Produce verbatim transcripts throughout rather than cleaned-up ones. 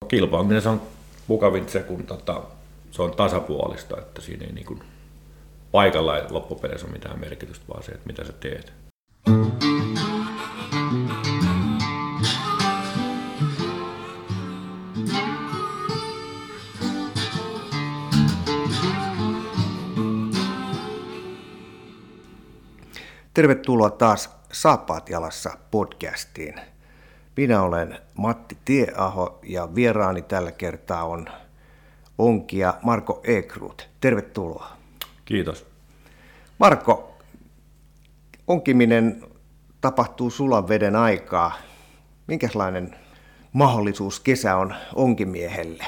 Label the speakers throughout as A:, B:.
A: kilpaaminen se on mukavin se, kun tota, se on tasapuolista, että siinä ei niin kuin paikalla ei loppupeleissä ole mitään merkitystä, vaan se, että mitä sä teet.
B: Tervetuloa taas Saappaat jalassa podcastiin. Minä olen Matti Tieaho ja vieraani tällä kertaa on onkija Marko Ekrooth. Tervetuloa.
A: Kiitos.
B: Marko, onkiminen tapahtuu sulan veden aikaa. Minkälainen mahdollisuus kesä on onkimiehelle?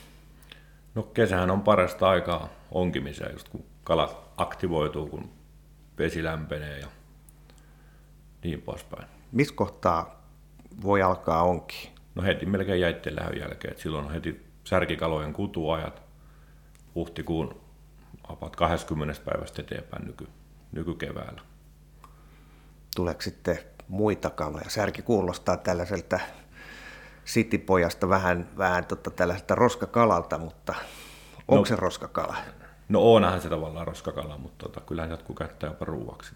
A: No kesähän on parasta aikaa onkimiseen, just kun kalat aktivoituu, kun vesi lämpenee ja niin poispäin.
B: Missä kohtaa voi alkaa onkia?
A: No heti melkein jäitten lähön jälkeen. Et silloin on heti särkikalojen kutuajat huhtikuun about kaksikymmentä päivästä eteenpäin nyky, nykykeväällä.
B: Tuleeko sitten muita kaloja? Särki kuulostaa tällaiselta sitipojasta vähän, vähän tota tällaiselta roskakalalta, mutta onko no, se roskakala?
A: No onhan se tavallaan roskakala, mutta tota, kyllähän jotkut käyttää jopa ruuaksi.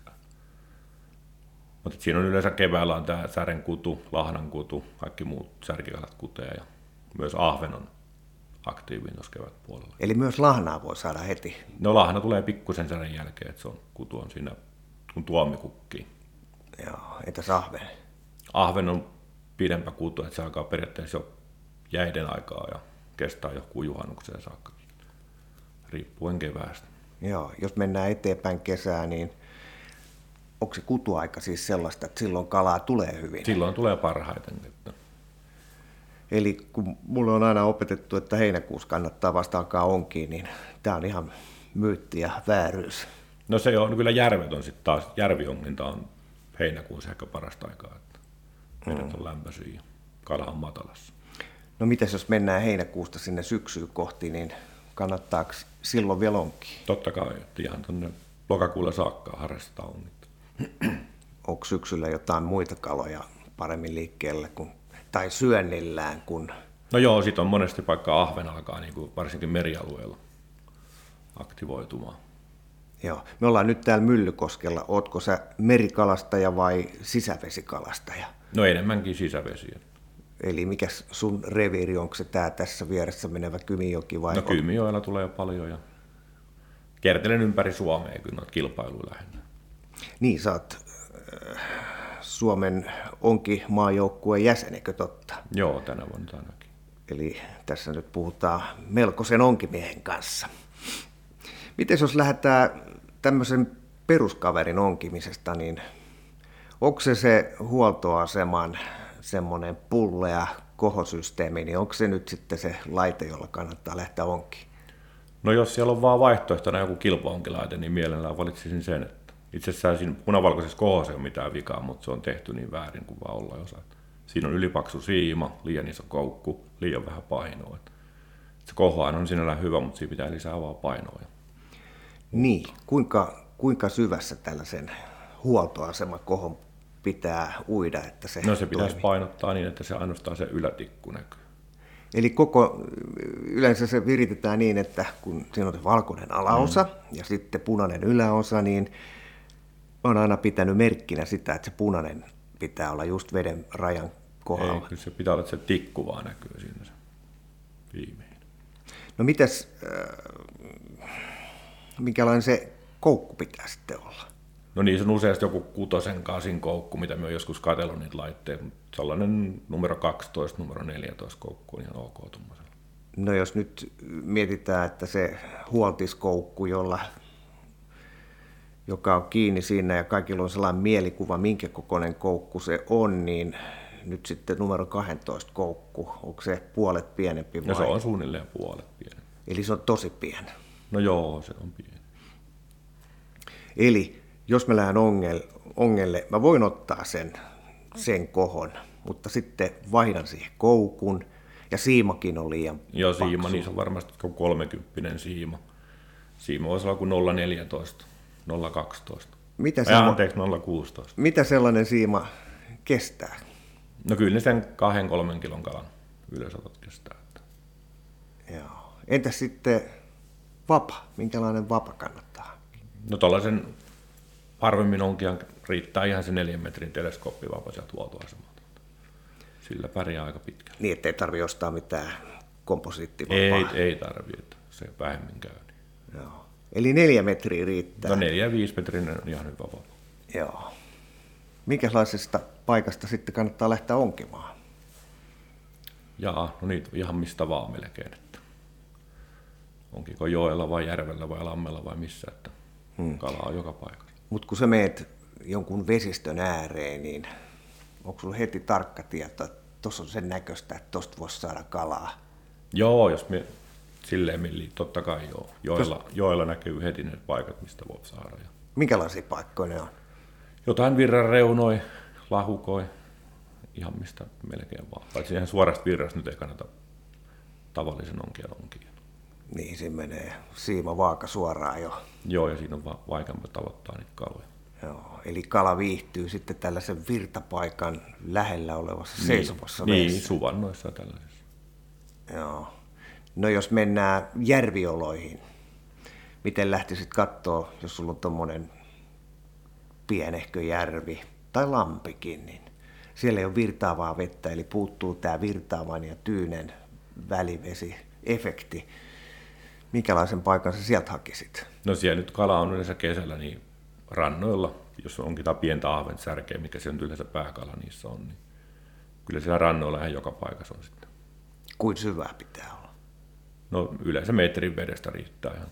A: Mutta siinä on yleensä keväällä on tämä särenkutu, lahnankutu, kaikki muut särkikalat kutee ja myös ahven on aktiivinen tuossa kevätpuolella.
B: Eli myös lahnaa voi saada heti?
A: No lahna tulee pikkusen sären jälkeen, että se on, kutu on siinä kun tuomi kukkii.
B: Joo, entäs ahven?
A: Ahven on pidempä kutu, että se alkaa periaatteessa jo jäiden aikaa ja kestää joku juhannukseen saakka, riippuen keväästä.
B: Joo, jos mennään eteenpäin kesää, niin onko se kutuaika siis sellaista, että silloin kalaa tulee hyvin?
A: Silloin tulee parhaiten. Että...
B: Eli kun mulle on aina opetettu, että heinäkuussa kannattaa vasta alkaa onkiin, niin tämä on ihan myytti ja vääryys.
A: No se on kyllä järvet on sitten taas, järvionginta on heinäkuussa ehkä parasta aikaa, että vedet on lämpöisiä ja kala on matalassa.
B: No mitäs jos mennään heinäkuusta sinne syksyyn kohti, niin kannattaako silloin vielä onkia?
A: Totta kai, että ihan tuonne lokakuulle saakka harrastetaan ongit.
B: Onko syksyllä jotain muita kaloja paremmin liikkeelle kuin, tai syönnillään kuin?
A: No joo, sit on monesti paikka ahven alkaa niin kuin varsinkin merialueella aktivoitumaan.
B: Joo, me ollaan nyt täällä Myllykoskella. Ootko sä merikalastaja vai sisävesikalastaja?
A: No enemmänkin sisävesiä.
B: Eli mikäs sun reviiri, onko se tää tässä vieressä menevä Kymijoki vai?
A: No Kymijoella tulee jo paljon ja kiertelen ympäri Suomea kyllä noita kilpailuja lähinnä.
B: Niin, sä oot äh, Suomen onkimaajoukkueen jäsen, eikö totta?
A: Joo, tänä vuonna ainakin.
B: Eli tässä nyt puhutaan melkoisen onkimiehen kanssa. Miten jos lähdetään tämmöisen peruskaverin onkimisesta, niin onko se se huoltoaseman semmoinen pulle- ja kohosysteemi, niin onko se nyt sitten se laite, jolla kannattaa lähteä onkiin?
A: No jos siellä on vaan vaihtoehtona joku kilpaonkilaite, niin mielellään valitsisin sen, että itse asiassa siinä punavalkoisessa kohossa ei ole mitään vikaa, mutta se on tehty niin väärin kuin vaan olla osaa. Siinä on ylipaksu siima, liian iso koukku, liian vähän painoa. Se kohoaan on sinällään hyvä, mutta siinä pitää lisää vaan painoa.
B: Niin, kuinka, kuinka syvässä tällaisen huoltoasemakohon pitää uida, että se
A: No se pitäisi
B: toimii?
A: painottaa niin, että se ainoastaan se ylätikku näkyy.
B: Eli koko, yleensä se viritetään niin, että kun siinä on se valkoinen alaosa mm. ja sitten punainen yläosa, niin olen aina pitänyt merkkinä sitä, että se punainen pitää olla just veden rajan kohdalla.
A: Ei, kyllä se pitää olla, että se tikku vaan näkyy siinä se viimein.
B: No mitäs, äh, minkälainen se koukku pitää sitten olla?
A: No niin, se on useasti joku kutosen kasin koukku, mitä me on joskus katsellut niitä laitteita. Sellainen numero kaksitoista, numero neljätoista koukku on ihan ok tuommoisella.
B: No jos nyt mietitään, että se huoltiskoukku, jolla, joka on kiinni siinä ja kaikilla on sellainen mielikuva, minkä kokoinen koukku se on, niin nyt sitten numero kaksitoista koukku, onko se puolet pienempi vai?
A: No se on suunnilleen puolet pienempi.
B: Eli se on tosi pieni.
A: No joo, se on pieni.
B: Eli jos mä lähden ongelle, ongelle mä voin ottaa sen, sen kohon, mutta sitten vaihdan siihen koukun ja siimakin on liian
A: Joo,
B: paksu.
A: siima, niin se on varmasti kolmekymppinen siima. Siima voisi olla kuin nolla neljätoista, nolla kaksitoista.
B: Mitä,
A: Ai,
B: semmo...
A: anteeksi, nolla kuusitoista.
B: Mitä sellainen siima kestää?
A: No kyllä ne sen kahden kolmen kilon kalan yleisotot kestää. Että.
B: Joo. Entäs sitten vapa? Minkälainen vapa kannattaa?
A: No tuollaisen harvemmin onkin riittää ihan se neljän metrin teleskooppivapa sieltä huoltoasemalta. Sillä pärjää aika pitkälle.
B: Niin, ettei tarvitse ostaa mitään komposiittivapaa.
A: Ei, ei tarvitse, se vähemmän käy.
B: Joo. Eli neljä metriä riittää.
A: No neljä viisi metrinen on ihan hyvä vapa.
B: Joo. Minkälaisesta paikasta sitten kannattaa lähteä onkimaan?
A: Jaa, no niitä ihan mistä vaan melkein. Että onkiko joella vai järvellä vai lammella vai missä, että hmm. kalaa on joka paikassa.
B: Mutta kun sä meet jonkun vesistön ääreen, niin onko sulla heti tarkka tieto, että tuossa on sen näköistä, että tuosta voisi saada kalaa?
A: Joo, jos me silleen milli, totta kai joo. Joella, joella näkyy heti ne paikat, mistä voi saada.
B: Minkälaisia paikkoja ne on?
A: Jotain virran reunoi, lahukoi, ihan mistä melkein vaan. Paitsi ihan suorasta virrasta nyt ei kannata tavallisen onkijan onkia.
B: Niin, siinä menee siima vaaka suoraan jo.
A: Joo, ja siinä on va- vaikeampi tavoittaa niitä kaloja.
B: Joo, eli kala viihtyy sitten tällaisen virtapaikan lähellä olevassa
A: niin,
B: seisovassa
A: niin,
B: veessä.
A: suvannoissa ja tällaisissa.
B: Joo. No jos mennään järvioloihin, miten lähtisit katsoa, jos sulla on tommonen pienehkö järvi tai lampikin, niin siellä ei ole virtaavaa vettä, eli puuttuu tämä virtaavan ja tyynen välivesi-efekti. Minkälaisen paikan sä sieltä hakisit?
A: No siellä nyt kala on yleensä kesällä niin rannoilla, jos onkin tämä pientä ahvensärkeä, mikä se on yleensä pääkala niissä on, niin kyllä siellä rannoilla ihan joka paikassa on sitten.
B: Kuin syvää pitää olla?
A: No yleensä metrin vedestä riittää ihan.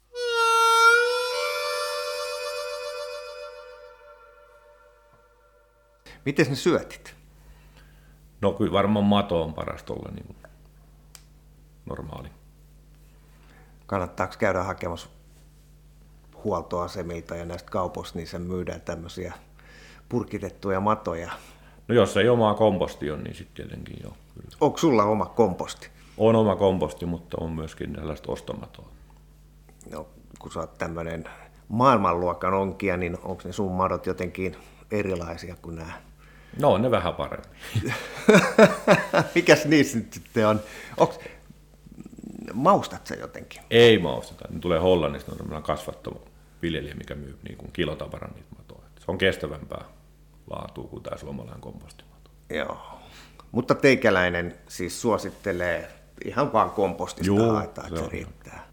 B: Miten ne syötit?
A: No kyllä varmaan mato on paras tolle niin normaali.
B: Kannattaako käydä hakemassa huoltoasemilta ja näistä kaupoista, niin se myydään tämmöisiä purkitettuja matoja?
A: No jos ei omaa komposti on, niin sitten tietenkin joo. Kyllä.
B: Onko sulla oma komposti?
A: On oma komposti, mutta on myöskin tällaista ostomatoa.
B: No, kun sä oot tämmöinen maailmanluokan onkija, niin onko ne sun madot jotenkin erilaisia kuin nämä?
A: No on ne vähän paremmin.
B: Mikäs niissä nyt sitten on? Onks, maustat sä jotenkin?
A: Ei mausteta. Ne tulee Hollannista, on tämmöinen kasvattava viljelijä, mikä myy niin kuin kilotavaran niitä matoja. Se on kestävämpää laatua kuin tämä suomalainen kompostimato.
B: Joo. Mutta teikäläinen siis suosittelee ihan vaan kompostista
A: Juu,
B: haetaan, että
A: se
B: se
A: on.
B: riittää.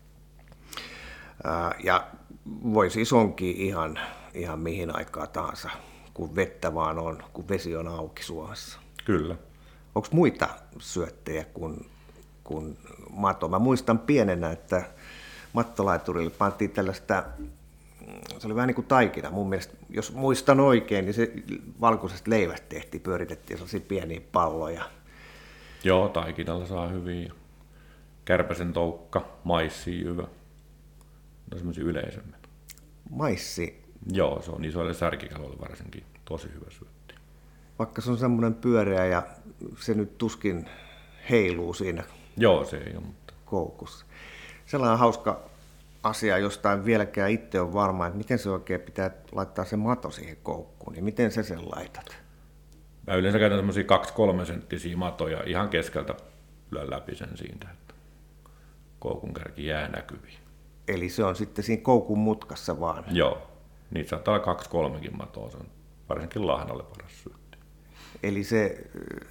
B: Ja voi siis onkin ihan, ihan mihin aikaa tahansa, kun vettä vaan on, kun vesi on auki Suomessa.
A: Kyllä.
B: Onko muita syöttejä kuin, kuin mato? Mä muistan pienenä, että mattolaiturille pantiin tällaista, se oli vähän niin kuin taikina. Mun mielestä, jos muistan oikein, niin se valkoisesta leivästä tehtiin, pyöritettiin sellaisia pieniä palloja.
A: Joo, taikinalla saa hyviä. Kärpäsen toukka, maissi hyvä. No semmoisia yleisemmän.
B: Maissi,
A: Joo, se on isoille särkikaloille varsinkin tosi hyvä syötti.
B: vaikka se on semmoinen pyöreä ja se nyt tuskin heiluu siinä
A: Joo, se ei ole, mutta
B: koukussa. Sellainen hauska asia, josta en vieläkään itse ole varma, että miten se oikein pitää laittaa se mato siihen koukkuun, niin miten sä sen laitat?
A: mä yleensä käytän semmoisia kaksi kolme senttisiä matoja ihan keskeltä lyön läpi sen siitä, että koukun kärki jää näkyviin.
B: Eli se on sitten siinä koukun mutkassa vaan.
A: Joo, niitä saattaa olla kaksi kolmekin matoa, se on varsinkin lahnalle paras syötti.
B: Eli se,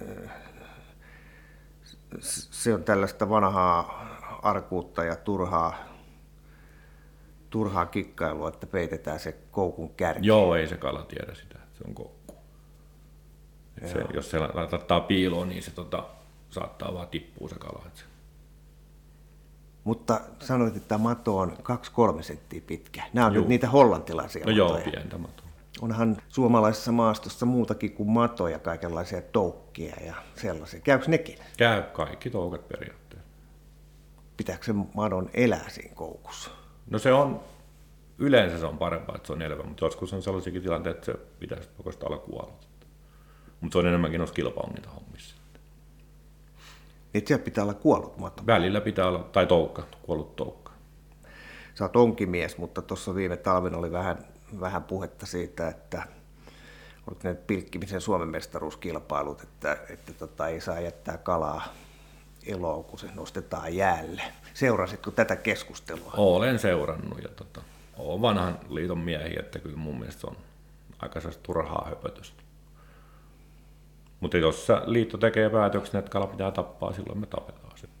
B: se on tällaista vanhaa arkuutta ja turhaa, turhaa kikkailua, että peitetään se koukun kärki.
A: Joo, ei se kala tiedä sitä, että se on koukku. Et se, jos se laittaa piiloon, niin se tota, saattaa vaan tippua se kala. Et se.
B: Mutta sanoit, että mato on kaksi kolme senttiä pitkä. Nämä on
A: Juu.
B: nyt niitä hollantilaisia
A: No
B: matoja.
A: joo, pientä matoa.
B: Onhan suomalaisessa maastossa muutakin kuin matoja, kaikenlaisia toukkia ja sellaisia. Käykö nekin?
A: Käy kaikki toukat periaatteessa.
B: Pitääkö se madon elää siinä koukussa?
A: No se on, yleensä se on parempaa, että se on elävä, mutta joskus on sellaisiakin tilanteita, että se pitäisi oikeastaan olla kuollut. Mutta se on enemmänkin noissa kilpaungita hommissa.
B: Niin siellä pitää olla kuollut mato.
A: Välillä pitää olla, tai toukka, kuollut toukka.
B: Sä oot onkimies, mutta tuossa viime talvena oli vähän, vähän puhetta siitä, että oliko ne pilkkimisen Suomen mestaruuskilpailut, että, että tota, ei saa jättää kalaa eloon, kun se nostetaan jäälle. Seurasitko tätä keskustelua?
A: Olen seurannut ja tota, olen vanhan liiton miehiä, että kyllä mun mielestä on aika sellaista turhaa höpötystä. Mutta jos liitto tekee päätöksen, että kala pitää tappaa, silloin me tapetaan se.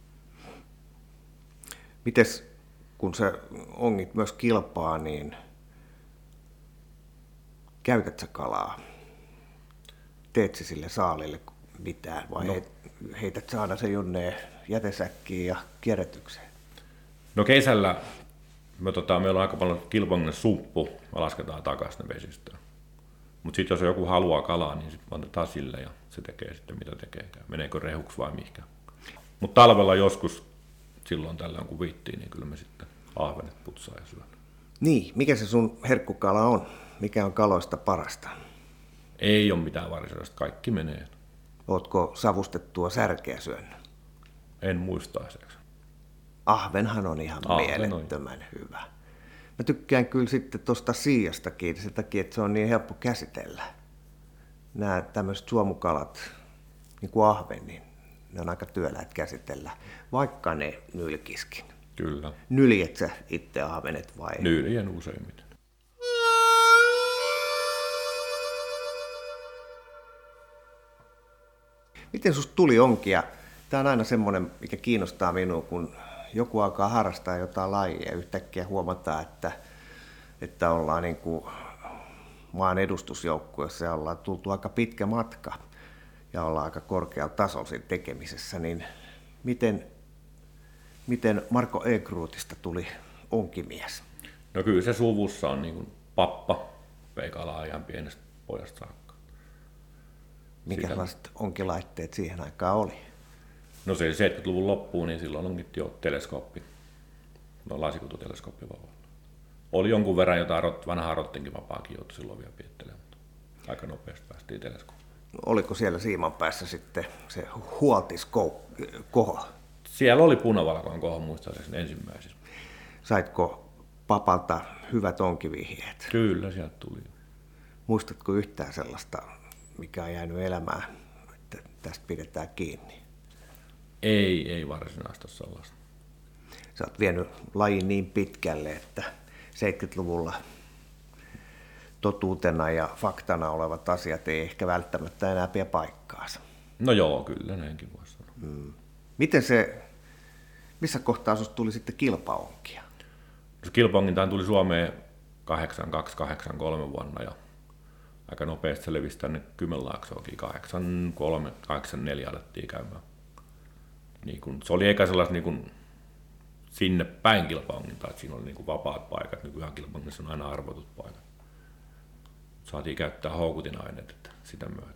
B: Mites, kun sä ongit myös kilpaa, niin käytät sä kalaa? Teet sä sille saalille mitään vai no. heität saada se jonneen jätesäkkiin ja kierrätykseen?
A: No kesällä me, tota, meillä on aika paljon kilpaonginen suppu, me lasketaan takaisin ne vesistöön. Mutta sitten jos joku haluaa kalaa, niin sitten annetaan sille ja se tekee sitten mitä tekeekään. Meneekö rehuksi vai mihinkään. Mutta talvella joskus silloin tällöin kun viittiin, niin kyllä me sitten ahvenet putsaa ja syön.
B: Niin, mikä se sun herkkukala on? Mikä on kaloista parasta?
A: Ei ole mitään varsinaista, kaikki menee.
B: Ootko savustettua särkeä syönyt?
A: En muistaiseksi.
B: Ahvenhan on ihan Ahven mielettömän on. hyvä. Mä tykkään kyllä sitten tuosta siiastakin, sen takia, että se on niin helppo käsitellä. Nämä tämmöiset suomukalat, niin kuin ahven, niin ne on aika työläät käsitellä, vaikka ne nylkiskin.
A: Kyllä.
B: Nyljet sä itse ahvenet vai?
A: Nyljen useimmiten.
B: Miten susta tuli onkia? Tämä on aina semmoinen, mikä kiinnostaa minua, kun joku alkaa harrastaa jotain lajia ja yhtäkkiä huomataan, että, että ollaan niin kuin maan edustusjoukkueessa ja ollaan tultu aika pitkä matka ja ollaan aika korkealla tasolla siinä tekemisessä, niin miten, miten Marko Ekrutista tuli onkimies?
A: No kyllä se suvussa on niin kuin pappa, vei kalaa ihan pienestä pojasta saakka.
B: Minkälaiset onkilaitteet siihen aikaan oli?
A: No se seitsemänkymmentäluvun loppuun, niin silloin onkin jo teleskooppi, no lasikututeleskoppi vapaa. Oli jonkun verran jotain rot, vanhaa rottinkin vapaakin joutui silloin vielä piettelemään, mutta aika nopeasti päästiin teleskooppiin.
B: Oliko siellä siiman päässä sitten se huoltiskoho?
A: Siellä oli punavalkoinen koho muistaakseni ensimmäisessä.
B: Saitko papalta hyvät onkivihjeet?
A: Kyllä, sieltä tuli.
B: Muistatko yhtään sellaista, mikä on jäänyt elämään, että tästä pidetään kiinni?
A: Ei, ei varsinaista sellaista.
B: Sä oot vienyt lajin niin pitkälle, että seitsemänkymmentäluvulla totuutena ja faktana olevat asiat ei ehkä välttämättä enää pidä paikkaansa.
A: No joo, kyllä näinkin voisi sanoa.
B: Hmm. Miten se, missä kohtaa susta tuli sitten kilpaonkia?
A: No, kilpaonkintaan tuli Suomeen kahdeksankymmentäkaksi kahdeksankymmentäkolme vuonna ja aika nopeasti se levisi tänne Kymenlaaksoonkin. kahdeksankymmentäkolme kahdeksankymmentäneljä alettiin käymään. Niin kun, se oli eikä sellaista niin kun, sinne päin kilpaongintaa, että siinä oli niin kun, vapaat paikat. Nykyään kilpaongissa on aina arvotut paikat. Saatiin käyttää houkutinaineet että sitä myötä.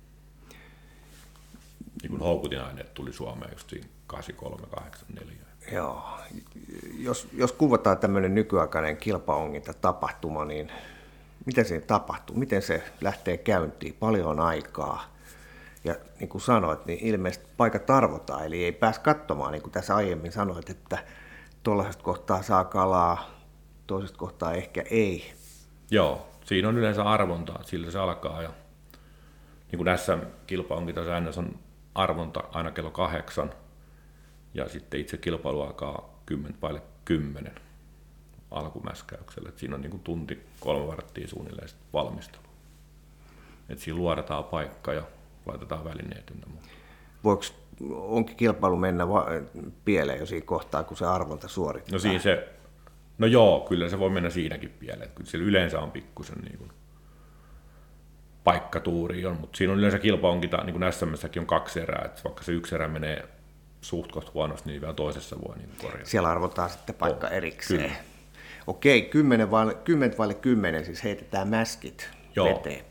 A: Niin kun houkutinaineet tuli Suomeen just siinä kahdeksankymmentäkolme kahdeksankymmentäneljä.
B: Joo. Jos, jos kuvataan tämmöinen nykyaikainen kilpaonginta tapahtuma, niin mitä siinä tapahtuu? Miten se lähtee käyntiin? Paljon on aikaa. Ja niin kuin sanoit, niin ilmeisesti paikat arvotaan, eli ei pääs katsomaan, niin kuin tässä aiemmin sanoit, että tuollaisesta kohtaa saa kalaa, toisesta kohtaa ehkä ei.
A: Joo, siinä on yleensä arvonta, sillä se alkaa. Ja niin kuin tässä kilpaonkintasäännössä on arvonta aina kello kahdeksan, ja sitten itse kilpailu alkaa kymmenen vaille kymmenen alkumäskäyksellä. Et siinä on niin kuin tunti, kolme varttia suunnilleen valmistelu. Et siinä luodataan paikka ja laitetaan välineet ynnä muuta.
B: Voiko onkin kilpailu mennä va- pieleen jo siinä kohtaa, kun se arvonta suoritetaan?
A: No, siinä se, no joo, kyllä se voi mennä siinäkin pieleen. Kyllä siellä yleensä on pikkusen niin kuin paikkatuuri on, mutta siinä on yleensä kilpaonkinta, niin kuin S M:ssäkin on kaksi erää, että vaikka se yksi erä menee suht kohta huonosti, niin vielä toisessa voi niin korjata.
B: Siellä arvotaan sitten paikka
A: oh,
B: erikseen.
A: Kyllä.
B: Okei, kymmenen vaille kymmenen, siis heitetään mäskit
A: joo.
B: veteen.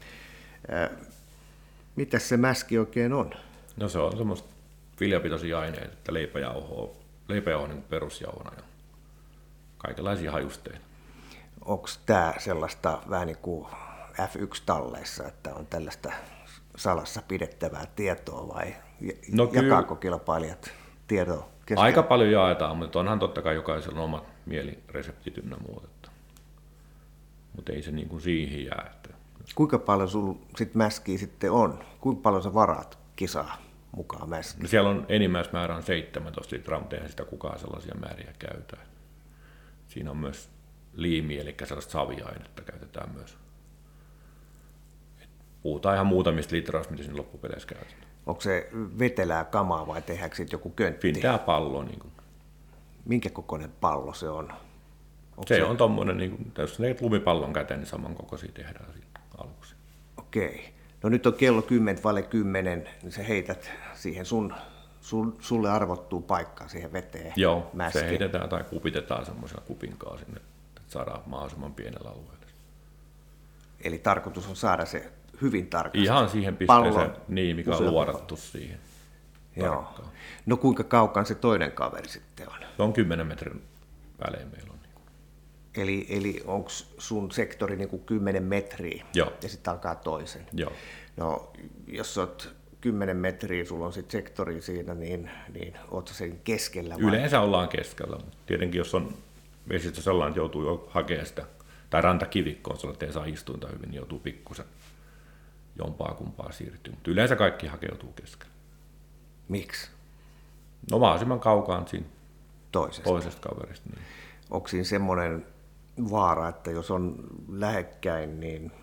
B: Mitäs se mäski oikein on?
A: No se on semmoista viljapitoisia aineita, että leipäjauhoa, leipäjauho niin perusjauhona ja kaikenlaisia hajusteita.
B: Onko tämä sellaista vähän niin kuin F yksi -talleissa, että on tällaista salassa pidettävää tietoa vai no jakaako kilpailijat tietoa kesken?
A: Aika paljon jaetaan, mutta onhan totta kai jokaisella on omat mielireseptit ynnä muuta. Mutta ei se niin kuin siihen jää. Että...
B: Kuinka paljon sulla sit mäskiä sitten on? Kuinka paljon sä varaat kisaa mukaan mäski?
A: No siellä on enimmäismäärä on seitsemäntoista litraa, mutta eihän sitä kukaan sellaisia määriä käytä. Siinä on myös liimi, eli sellaista saviainetta käytetään myös. Et puhutaan ihan muutamista litroista, mitä siinä loppupeleissä käytetään.
B: Onko se vetelää kamaa vai tehdäänkö siitä joku köntti?
A: Pintää pallo. Niin kuin.
B: Minkä kokoinen pallo se on?
A: Se, se on tuommoinen, niin kuin, jos ne lumipallon käteen, niin samankokoisia tehdään siinä aluksi.
B: Okei. No nyt on kello kymmenen vaille kymmenen, niin sä heität siihen sun, sun, sulle arvottuu paikkaan siihen veteen.
A: Joo,
B: mäskin.
A: Se heitetään tai kupitetaan semmoisella kupinkaa sinne, että saadaan mahdollisimman pienellä alueella.
B: Eli tarkoitus on saada se hyvin tarkasti.
A: Ihan siihen pisteeseen,
B: Pallon,
A: niin, mikä on luodattu siihen.
B: Joo.
A: Tarkkaan.
B: No kuinka kaukaan se toinen kaveri sitten on?
A: Se on kymmenen metrin välein meillä on.
B: Eli, eli onko sun sektori niin kuin kymmenen metriä
A: Joo.
B: ja sitten alkaa toisen?
A: Joo.
B: No jos olet kymmenen metriä, sulla on sitten sektori siinä, niin, niin ootko sen keskellä? Vai?
A: Yleensä ollaan keskellä, mutta tietenkin jos on vesistö sellainen, että joutuu jo hakemaan sitä, tai rantakivikkoon, sellainen, että ei saa istuinta hyvin, niin joutuu pikkusen jompaa kumpaa siirtyä. Mutta yleensä kaikki hakeutuu keskellä.
B: Miksi?
A: No mahdollisimman kaukaan siinä
B: Toisesta.
A: toisesta kaverista. Niin.
B: Onko siinä semmoinen vaara, että jos on lähekkäin, niin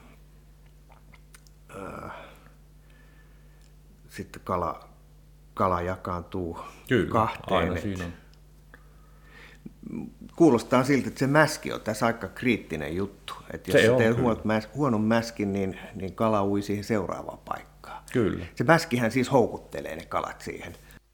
B: äh, sitten kala, kala jakaantuu
A: Kyllä,
B: kahteen?
A: aina
B: Et,
A: siinä on.
B: kuulostaa siltä, että se mäski on tässä aika kriittinen juttu. Että jos
A: Se
B: sä
A: on,
B: teet
A: kyllä.
B: huonot mäs, huonon mäskin, niin, niin kala ui siihen seuraavaan paikkaan.
A: Kyllä.
B: Se mäskihän siis houkuttelee ne kalat siihen.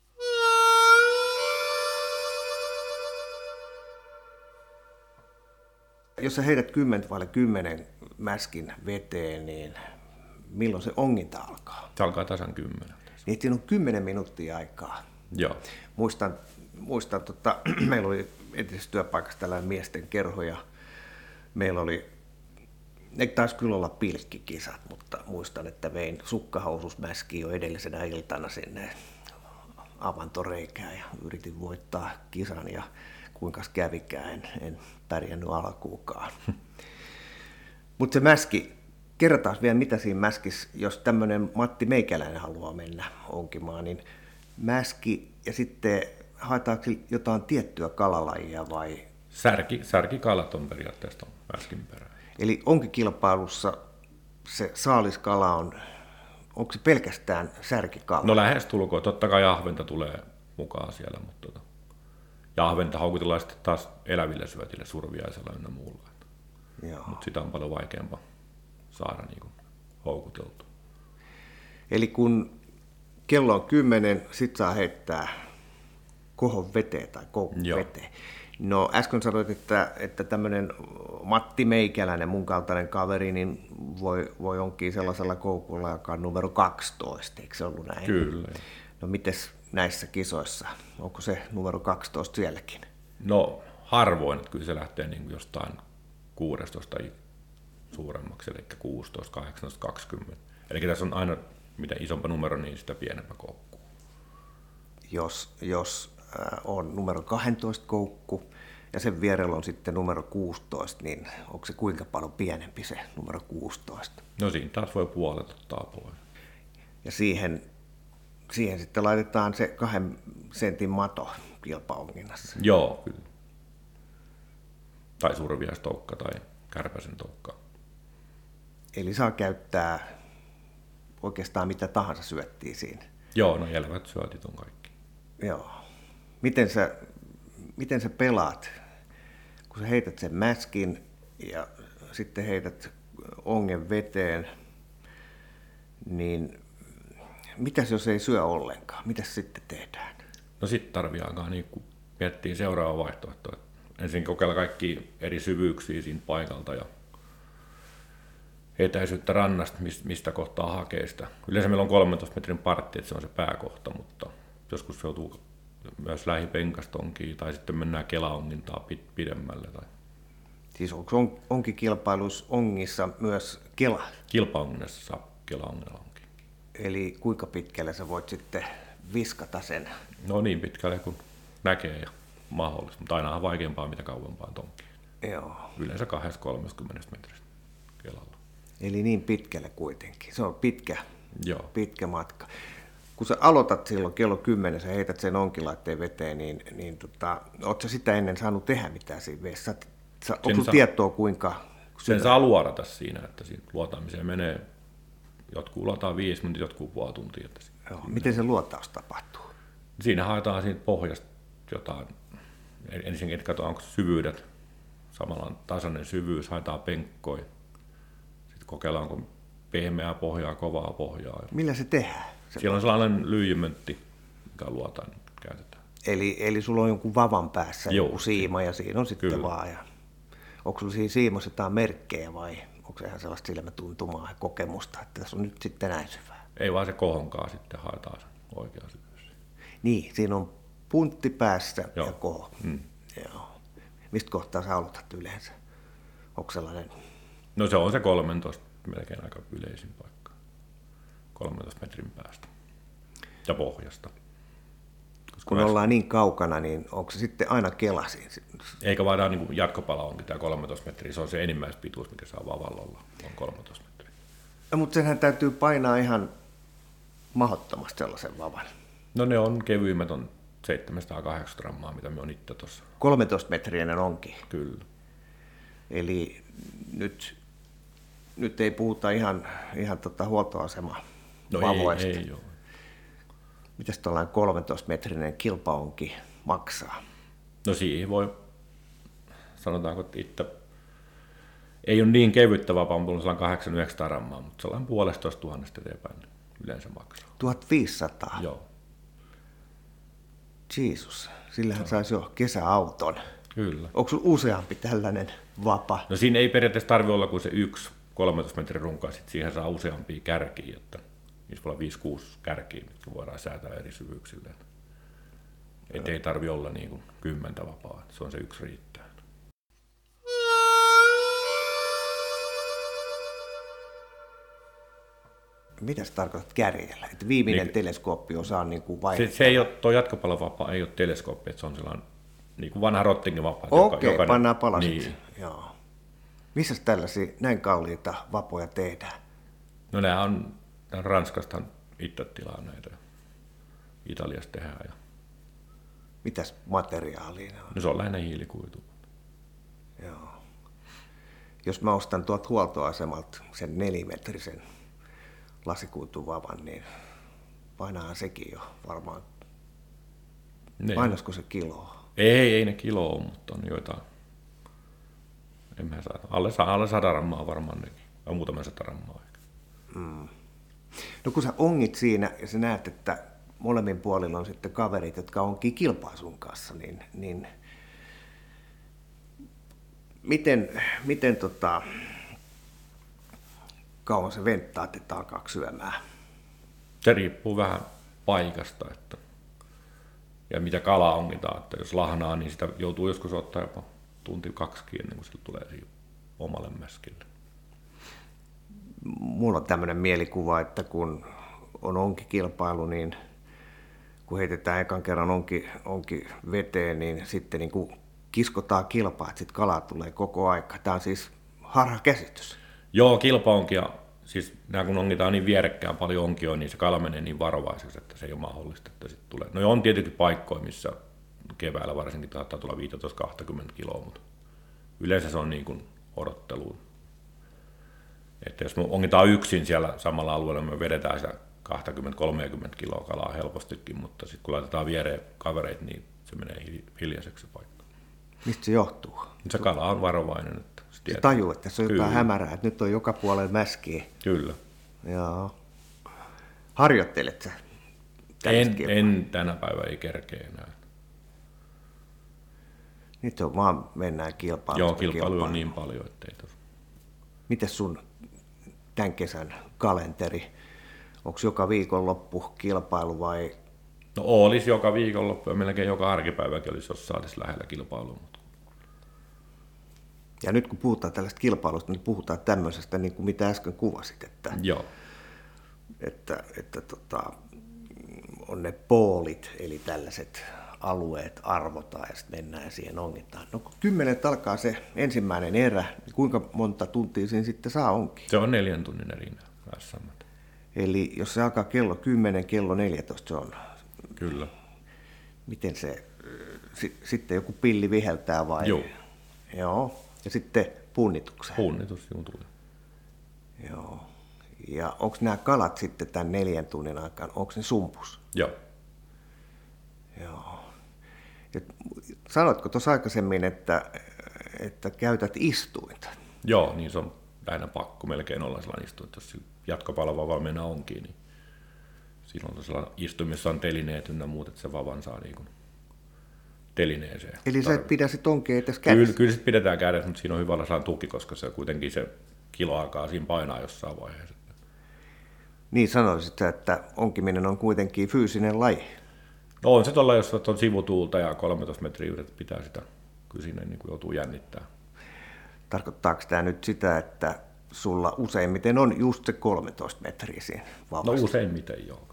B: Jos sä heität kymmentä vaille kymmenen mäskin veteen, niin milloin se onginta alkaa?
A: Se alkaa tasan kymmenen.
B: Niin siinä on kymmenen minuuttia aikaa.
A: Joo.
B: Muistan, muistan tota, meillä oli entisessä työpaikassa tällainen miesten kerho ja meillä oli, ne taisi kyllä olla pilkkikisat, mutta muistan, että vein sukkahoususmäskiä jo edellisenä iltana sinne avantoreikään ja yritin voittaa kisan ja kuinka kävikään, en, en pärjännyt alkuukaan. Mutta se mäski, kerrotaan vielä mitä siinä mäskissä, jos tämmöinen Matti Meikäläinen haluaa mennä onkimaan, niin mäski ja sitten haetaanko jotain tiettyä kalalajia vai?
A: Särki, särkikalat on periaatteessa ton mäskin perään.
B: Eli onkikilpailussa se saaliskala on, onko se pelkästään särkikala?
A: No lähes tulkoon. Totta kai ahventa tulee mukaan siellä, mutta tota, ja ahventa houkutellaan sitten taas eläville syötille, surviaisella ynnä muulla. Mutta sitä on paljon vaikeampaa saada niin kuin houkuteltua.
B: Eli kun kello on kymmenen, sit saa heittää kohon veteen tai koukun
A: Joo.
B: veteen. No äsken sanoit, että, että tämmöinen Matti Meikäläinen, mun kaltainen kaveri, niin voi, voi onkin sellaisella koukulla, joka on numero kaksitoista, eikö se ollut näin?
A: Kyllä.
B: No mites näissä kisoissa, onko se numero kaksitoista sielläkin?
A: No harvoin, että kyllä se lähtee niin kuin jostain kuusitoista suuremmaksi, eli kuusitoista, kahdeksantoista, kaksikymmentä. Eli tässä on aina, mitä isompi numero, niin sitä pienempä koukku.
B: Jos, jos äh, on numero kaksitoista koukku ja sen vierellä on sitten numero kuusitoista, niin onko se kuinka paljon pienempi se numero kuusitoista?
A: No siinä taas voi puolet ottaa pois.
B: Ja siihen, siihen sitten laitetaan se kahden sentin mato kilpaonginnassa.
A: Joo, kyllä. Tai surviaistoukka tai kärpäsen toukka.
B: Eli saa käyttää oikeastaan mitä tahansa syöttiä siinä.
A: Joo, no elävät syötit on kaikki.
B: Joo. Miten sä, miten sä pelaat, kun sä heität sen mäskin ja sitten heität ongen veteen, niin mitäs jos ei syö ollenkaan? Mitäs sitten tehdään?
A: No sitten tarvii alkaa niin miettiä seuraava vaihtoehto. Ensin kokeilla kaikki eri syvyyksiä siinä paikalta ja etäisyyttä rannasta, mistä kohtaa hakee sitä. Yleensä meillä on kolmentoista metrin partti, että se on se pääkohta, mutta joskus se joutuu myös lähipenkastonkiin tai sitten mennään kelaongintaa pidemmälle. Tai
B: Siis onko on, onkin kilpailuissa ongissa myös kela?
A: Kilpaonginnassa saa kelaongilla onkin.
B: Eli kuinka pitkälle sä voit sitten viskata sen?
A: No niin pitkälle kuin näkee ja mahdollista, mutta aina on vaikeampaa mitä kauempaa tonkiin.
B: Joo.
A: Yleensä kahdesta kolmekymmentä metristä kelalla.
B: Eli niin pitkälle kuitenkin. Se on pitkä,
A: Joo.
B: pitkä matka. kun sä aloitat silloin kello kymmenen, sä heität sen onkilaitteen veteen, niin, niin tota, ootko sä sitä ennen saanut tehdä mitään siinä veessä? Onko sulla tietoa kuinka?
A: Sen saa luodata siinä, että siinä luotaamiseen menee, jotkut luotaan viisi minuuttia, jotkut puoli tuntia. Että
B: Joo, miten se luotaus tapahtuu?
A: Siinä haetaan siitä pohjasta jotain, ensinnäkin katsotaan, onko syvyydet, samalla tasainen syvyys, haetaan penkkoja, sitten kokeillaan, onko pehmeää pohjaa, kovaa pohjaa.
B: Millä se tehdään? Se
A: Siellä on sellainen lyijymöntti, mikä luotaan, käytetään.
B: Eli, eli sulla on jonkun vavan päässä
A: Joo.
B: joku siima ja siinä on sitten
A: Kyllä.
B: vaan. Ja onko sulla siinä siimossa jotain merkkejä vai onko se ihan sellaista silmätuntumaa ja kokemusta, että tässä on nyt sitten näin syvää?
A: Ei vaan se kohonkaan sitten haetaan se oikea syvyys.
B: Niin, siinä on puntti päässä
A: Joo.
B: ja koho.
A: Mm.
B: Joo. Mistä kohtaa sä aloitat yleensä? Onko sellainen?
A: No se on se kolmetoista, melkein aika yleisin paikka. kolmentoista metrin päästä ja pohjasta. Koska
B: Kun
A: näissä-
B: ollaan niin kaukana, niin onko se sitten aina kela siinä?
A: Eikä vaan niin kuin jatkopala onkin tämä kolmetoista metriä, se on se enimmäispituus, mikä saa vavalla olla, on kolmetoista metriä.
B: No, mutta senhän täytyy painaa ihan mahdottomasti sellaisen vavan.
A: No ne on kevyimmät, on seitsemänsataakahdeksankymmentä grammaa, mitä me on itse tuossa.
B: kolmetoista metrinen onkin.
A: Kyllä.
B: Eli nyt, nyt ei puhuta ihan, ihan tota huoltoasema
A: No
B: vavoista.
A: ei, ei ole.
B: Mitäs tuollainen kolmetoista metrinen kilpaonki maksaa?
A: No siihen voi, sanotaanko, että itse ei ole niin kevyttä vapaa, mutta on sellainen kahdeksan yhdeksän grammaa, mutta sellainen puolestoista tuhannesta eteenpäin yleensä maksaa.
B: tuhatviisisataa?
A: Joo,
B: Jeesus, sillähän saisi jo kesäauton.
A: kyllä.
B: Onko sinulla useampi tällainen vapa?
A: No siinä ei periaatteessa tarvitse olla kuin se yksi kolmetoista metrin runko, sitten siihen saa useampia kärkiä, että niissä voi olla viisi kuusi kärkiä, mitkä voidaan säätää eri syvyyksille. Että ei tarvitse olla niin kuin kymmentä vapaa, se on se yksi riittää.
B: Mitä sä tarkoitat kärjellä? Että viimeinen
A: Niin-
B: teleskooppi osaa niin kuin
A: Se,
B: vaihdella?
A: se ei ole, tuo jatkopalovapaa ei ole teleskooppi, että se on sellainen niin kuin vanha Rottingin vapaa.
B: Okei,
A: jokainen-
B: pannaan palasiksi.
A: Niin.
B: Joo. Missä tällaisia näin kalliita vapoja tehdään?
A: No nämä on, nämä on Ranskasta itse tilaa näitä. Italiasta tehdään. Ja,
B: Mitäs materiaalia ne on?
A: no se on lähinnä hiilikuitu.
B: Joo. Jos mä ostan tuolta huoltoasemalta sen nelimetrisen lasikuituvavan, niin painaa sekin jo varmaan.
A: Ne,
B: Painasko se kiloa?
A: ei, ei ne kilo ole, mutta on joitain. En mä saa. Alle, alle sata grammaa varmaan nekin. Tai muutaman sata grammaa ehkä.
B: No kun sä ongit siinä ja sä näet, että molemmin puolilla on sitten kaverit, jotka onkin kilpaa sun kanssa, niin, niin miten, miten tota, kauan se venttaat, että alkaa syömään?
A: Se riippuu vähän paikasta, että ja mitä kalaa ongitaan. Että jos lahnaa, niin sitä joutuu joskus ottaa jopa tunti kaksikin ennen kuin se tulee siihen omalle mäskille.
B: Mulla on tämmöinen mielikuva, että kun on onkikilpailu, niin kun heitetään ekan kerran onki, onki veteen, niin sitten niin kuin kiskotaan kilpaa, että sitten kalaa tulee koko aika. Tämä on siis harha käsitys.
A: Joo, kilpaonkia, siis nämä kun ongitaan niin vierekkään paljon onkioon, niin se kala menee niin varovaiseksi, että se ei ole mahdollista, että sitten tulee. No on tietenkin paikkoja, missä keväällä varsinkin saattaa tulla viisitoista kaksikymmentä kiloa, mutta yleensä se on niin kuin odotteluun. Että jos me ongitaan yksin siellä samalla alueella, me vedetään sitä kaksikymmentä kolmekymmentä kiloa kalaa helpostikin, mutta sitten kun laitetaan viereen kavereita, niin se menee hiljaiseksi se paikka.
B: Mistä se johtuu?
A: Se kala on varovainen. Että se
B: Se
A: tietää.
B: tajuu, että se on jotain
A: Kyllä.
B: hämärää, että nyt on joka puolella mäskiä.
A: Kyllä.
B: Joo. Harjoittelet sä tällaista
A: En,
B: kilpailua?
A: en tänä päivänä ei kerkeä enää.
B: Nyt on vaan mennään kilpailusta
A: Joo, kilpailu
B: kilpailuun.
A: on niin paljon, ettei tos.
B: Mites sun tämän kesän kalenteri? Onko joka viikonloppu kilpailu vai?
A: No olisi joka viikonloppu ja melkein joka arkipäiväkin olisi jossain edes lähellä kilpailua. Mutta
B: Ja nyt kun puhutaan tällaista kilpailusta, niin puhutaan tämmöisestä, niin kuin mitä äsken kuvasit, että,
A: joo,
B: että, että tota, on ne poolit, eli tällaiset alueet arvotaan ja sitten mennään ja siihen ongitaan. No kun kymmenet alkaa se ensimmäinen erä, niin kuinka monta tuntia siinä sitten saa onkin?
A: se on neljän tunnin eri S M.
B: Eli jos se alkaa kello kymmenen, kello neljätoista se on.
A: Kyllä.
B: Miten se, s- sitten joku pilli viheltää vai?
A: Joo.
B: Joo. Ja sitten punnitukseen.
A: Punnitus, juu, tulee.
B: Joo. Ja onko nämä kalat sitten tämän neljän tunnin aikana, onko ne sumpus?
A: Joo.
B: Joo. Ja sanoitko tuossa aikaisemmin, että, että käytät istuinta?
A: Joo, niin se on lähinnä pakko melkein olla sellainen istuin, että jos sillä jatkopalava valmiina onkin, niin silloin tuossa istuimessa on telineet ynnä muut, että se vavan saa niin kuin telineeseen.
B: Eli sä et pidä sit onkea edes
A: Kyllä,
B: kädessä?
A: kyllä sit pidetään kädessä, mutta siinä on hyvä olla sellainen tuki, koska se kuitenkin se kilo alkaa siinä painaa jossain vaiheessa.
B: Niin sanoisit sä, että onkiminen on kuitenkin fyysinen laji.
A: No on se tuolla, jos on sivutuulta ja kolmetoista metriä yrität pitää sitä, kyllä siinä niin kuin joutuu jännittämään.
B: Tarkoittaako tämä nyt sitä, että sulla useimmiten on just se kolmetoista metriä siinä
A: No
B: vavassa?
A: useimmiten joo.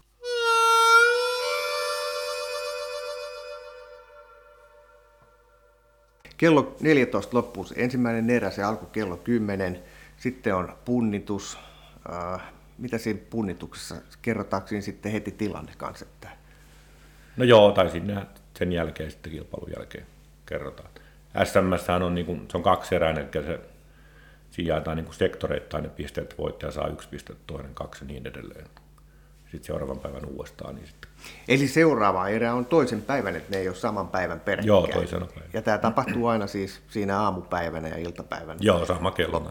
B: Kello neljätoista loppuu se ensimmäinen erä, se alkoi kello kymmenen. Sitten on punnitus. Äh, mitä siinä punnituksessa, kerrotaanko siinä sitten heti tilanne kanssa? Että...
A: No joo, tai sinne sen jälkeen sitten kilpailun jälkeen kerrotaan. S M on, niin kuin, se on kaksieräinen, eli se siinä jaetaan niin kuin sektoreittain ne pisteet, että voittaja saa yksi piste, toinen kaksi ja niin edelleen. Sitten seuraavan päivän uudestaan. Niin sitten.
B: Eli seuraava erä on toisen päivän, että ne ei ole saman päivän peräkkäin.
A: Joo, toisena päivänä.
B: Ja tämä tapahtuu aina siis siinä aamupäivänä ja iltapäivänä.
A: Joo, sama kellona.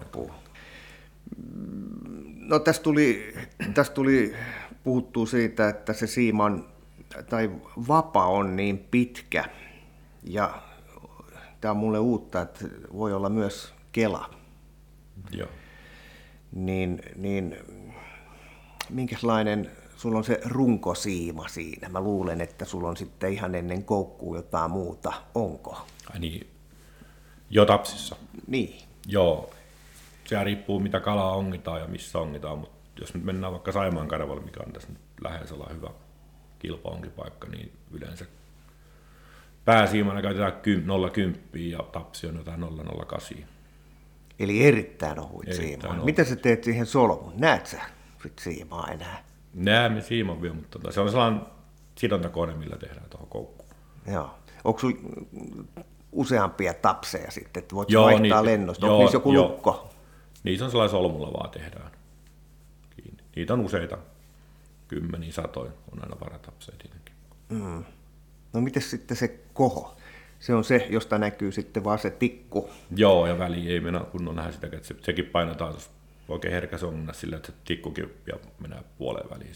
B: No tässä tuli, tässä tuli puhuttua siitä, että se siiman tai vapa on niin pitkä. Ja tämä on mulle uutta, että voi olla myös kela.
A: Joo.
B: Niin, niin minkälainen, sulla on se runkosiima siinä. Mä luulen, että sulla on sitten ihan ennen koukkuu jotain muuta. Onko?
A: Ai niin, jo tapsissa.
B: Niin.
A: Joo, se riippuu mitä kalaa ongitaan ja missä ongitaan, mutta jos nyt mennään vaikka Saimaan kanavalle, mikä on tässä nyt lähes olla hyvä kilpaonkipaikka, niin yleensä pääsiimana käytetään nolla pilkku kymmenen ja tapsi on jotain nolla pilkku nolla kahdeksan.
B: Eli erittäin ohuit
A: Erittäin
B: siimaa.
A: ohut.
B: Mitä sä teet siihen solmuun? Näet sä sit siimaa enää?
A: Näemme siiman vielä, mutta tota, se on sellainen sidontakone, millä tehdään tuohon koukkuun.
B: Joo. Onko sulla useampia tapseja sitten, että voit
A: Joo,
B: vaihtaa
A: niin-
B: lennosta?
A: joo,
B: Onko niissä joku
A: joo.
B: lukko?
A: Niissä on sellainen solmulla vaan tehdään kiinni. Niitä on useita, kymmeniä, satoja, on aina varatapseja tietenkin.
B: No miten sitten se koho? Se on se, josta näkyy sitten vaan se tikku.
A: Joo, ja väli ei mennä kunnon nähdä sitä, että se, sekin painetaan tuossa oikein herkässä onginnassa sillä, että se tikkukin ja menee puoleen väliin.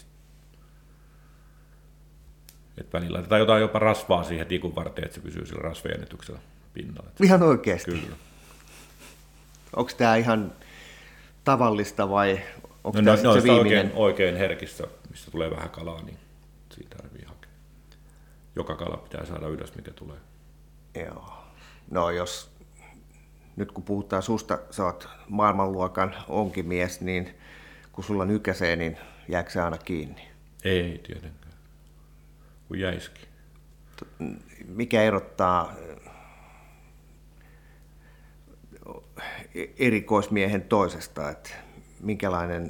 A: Et välillä laitetaan jotain jopa rasvaa siihen tikun varteen, että se pysyy sillä rasvajännityksellä pinnalla. Et
B: Ihan oikeasti.
A: Kyllä.
B: Onko tämä ihan tavallista vai onko
A: No,
B: tämä
A: no,
B: no,
A: no,
B: se viimeinen?
A: oikein, oikein herkissä, missä tulee vähän kalaa, niin siitä tarvii hakea. Joka kala pitää saada ylös, mikä tulee.
B: Joo. No jos, nyt kun puhutaan susta, sä oot maailmanluokan onkimies, niin kun sulla nykäsee, niin jääkö se aina kiinni?
A: Ei tietenkään, kun jäisikin.
B: Mikä erottaa erikoismiehen toisesta, että minkälainen,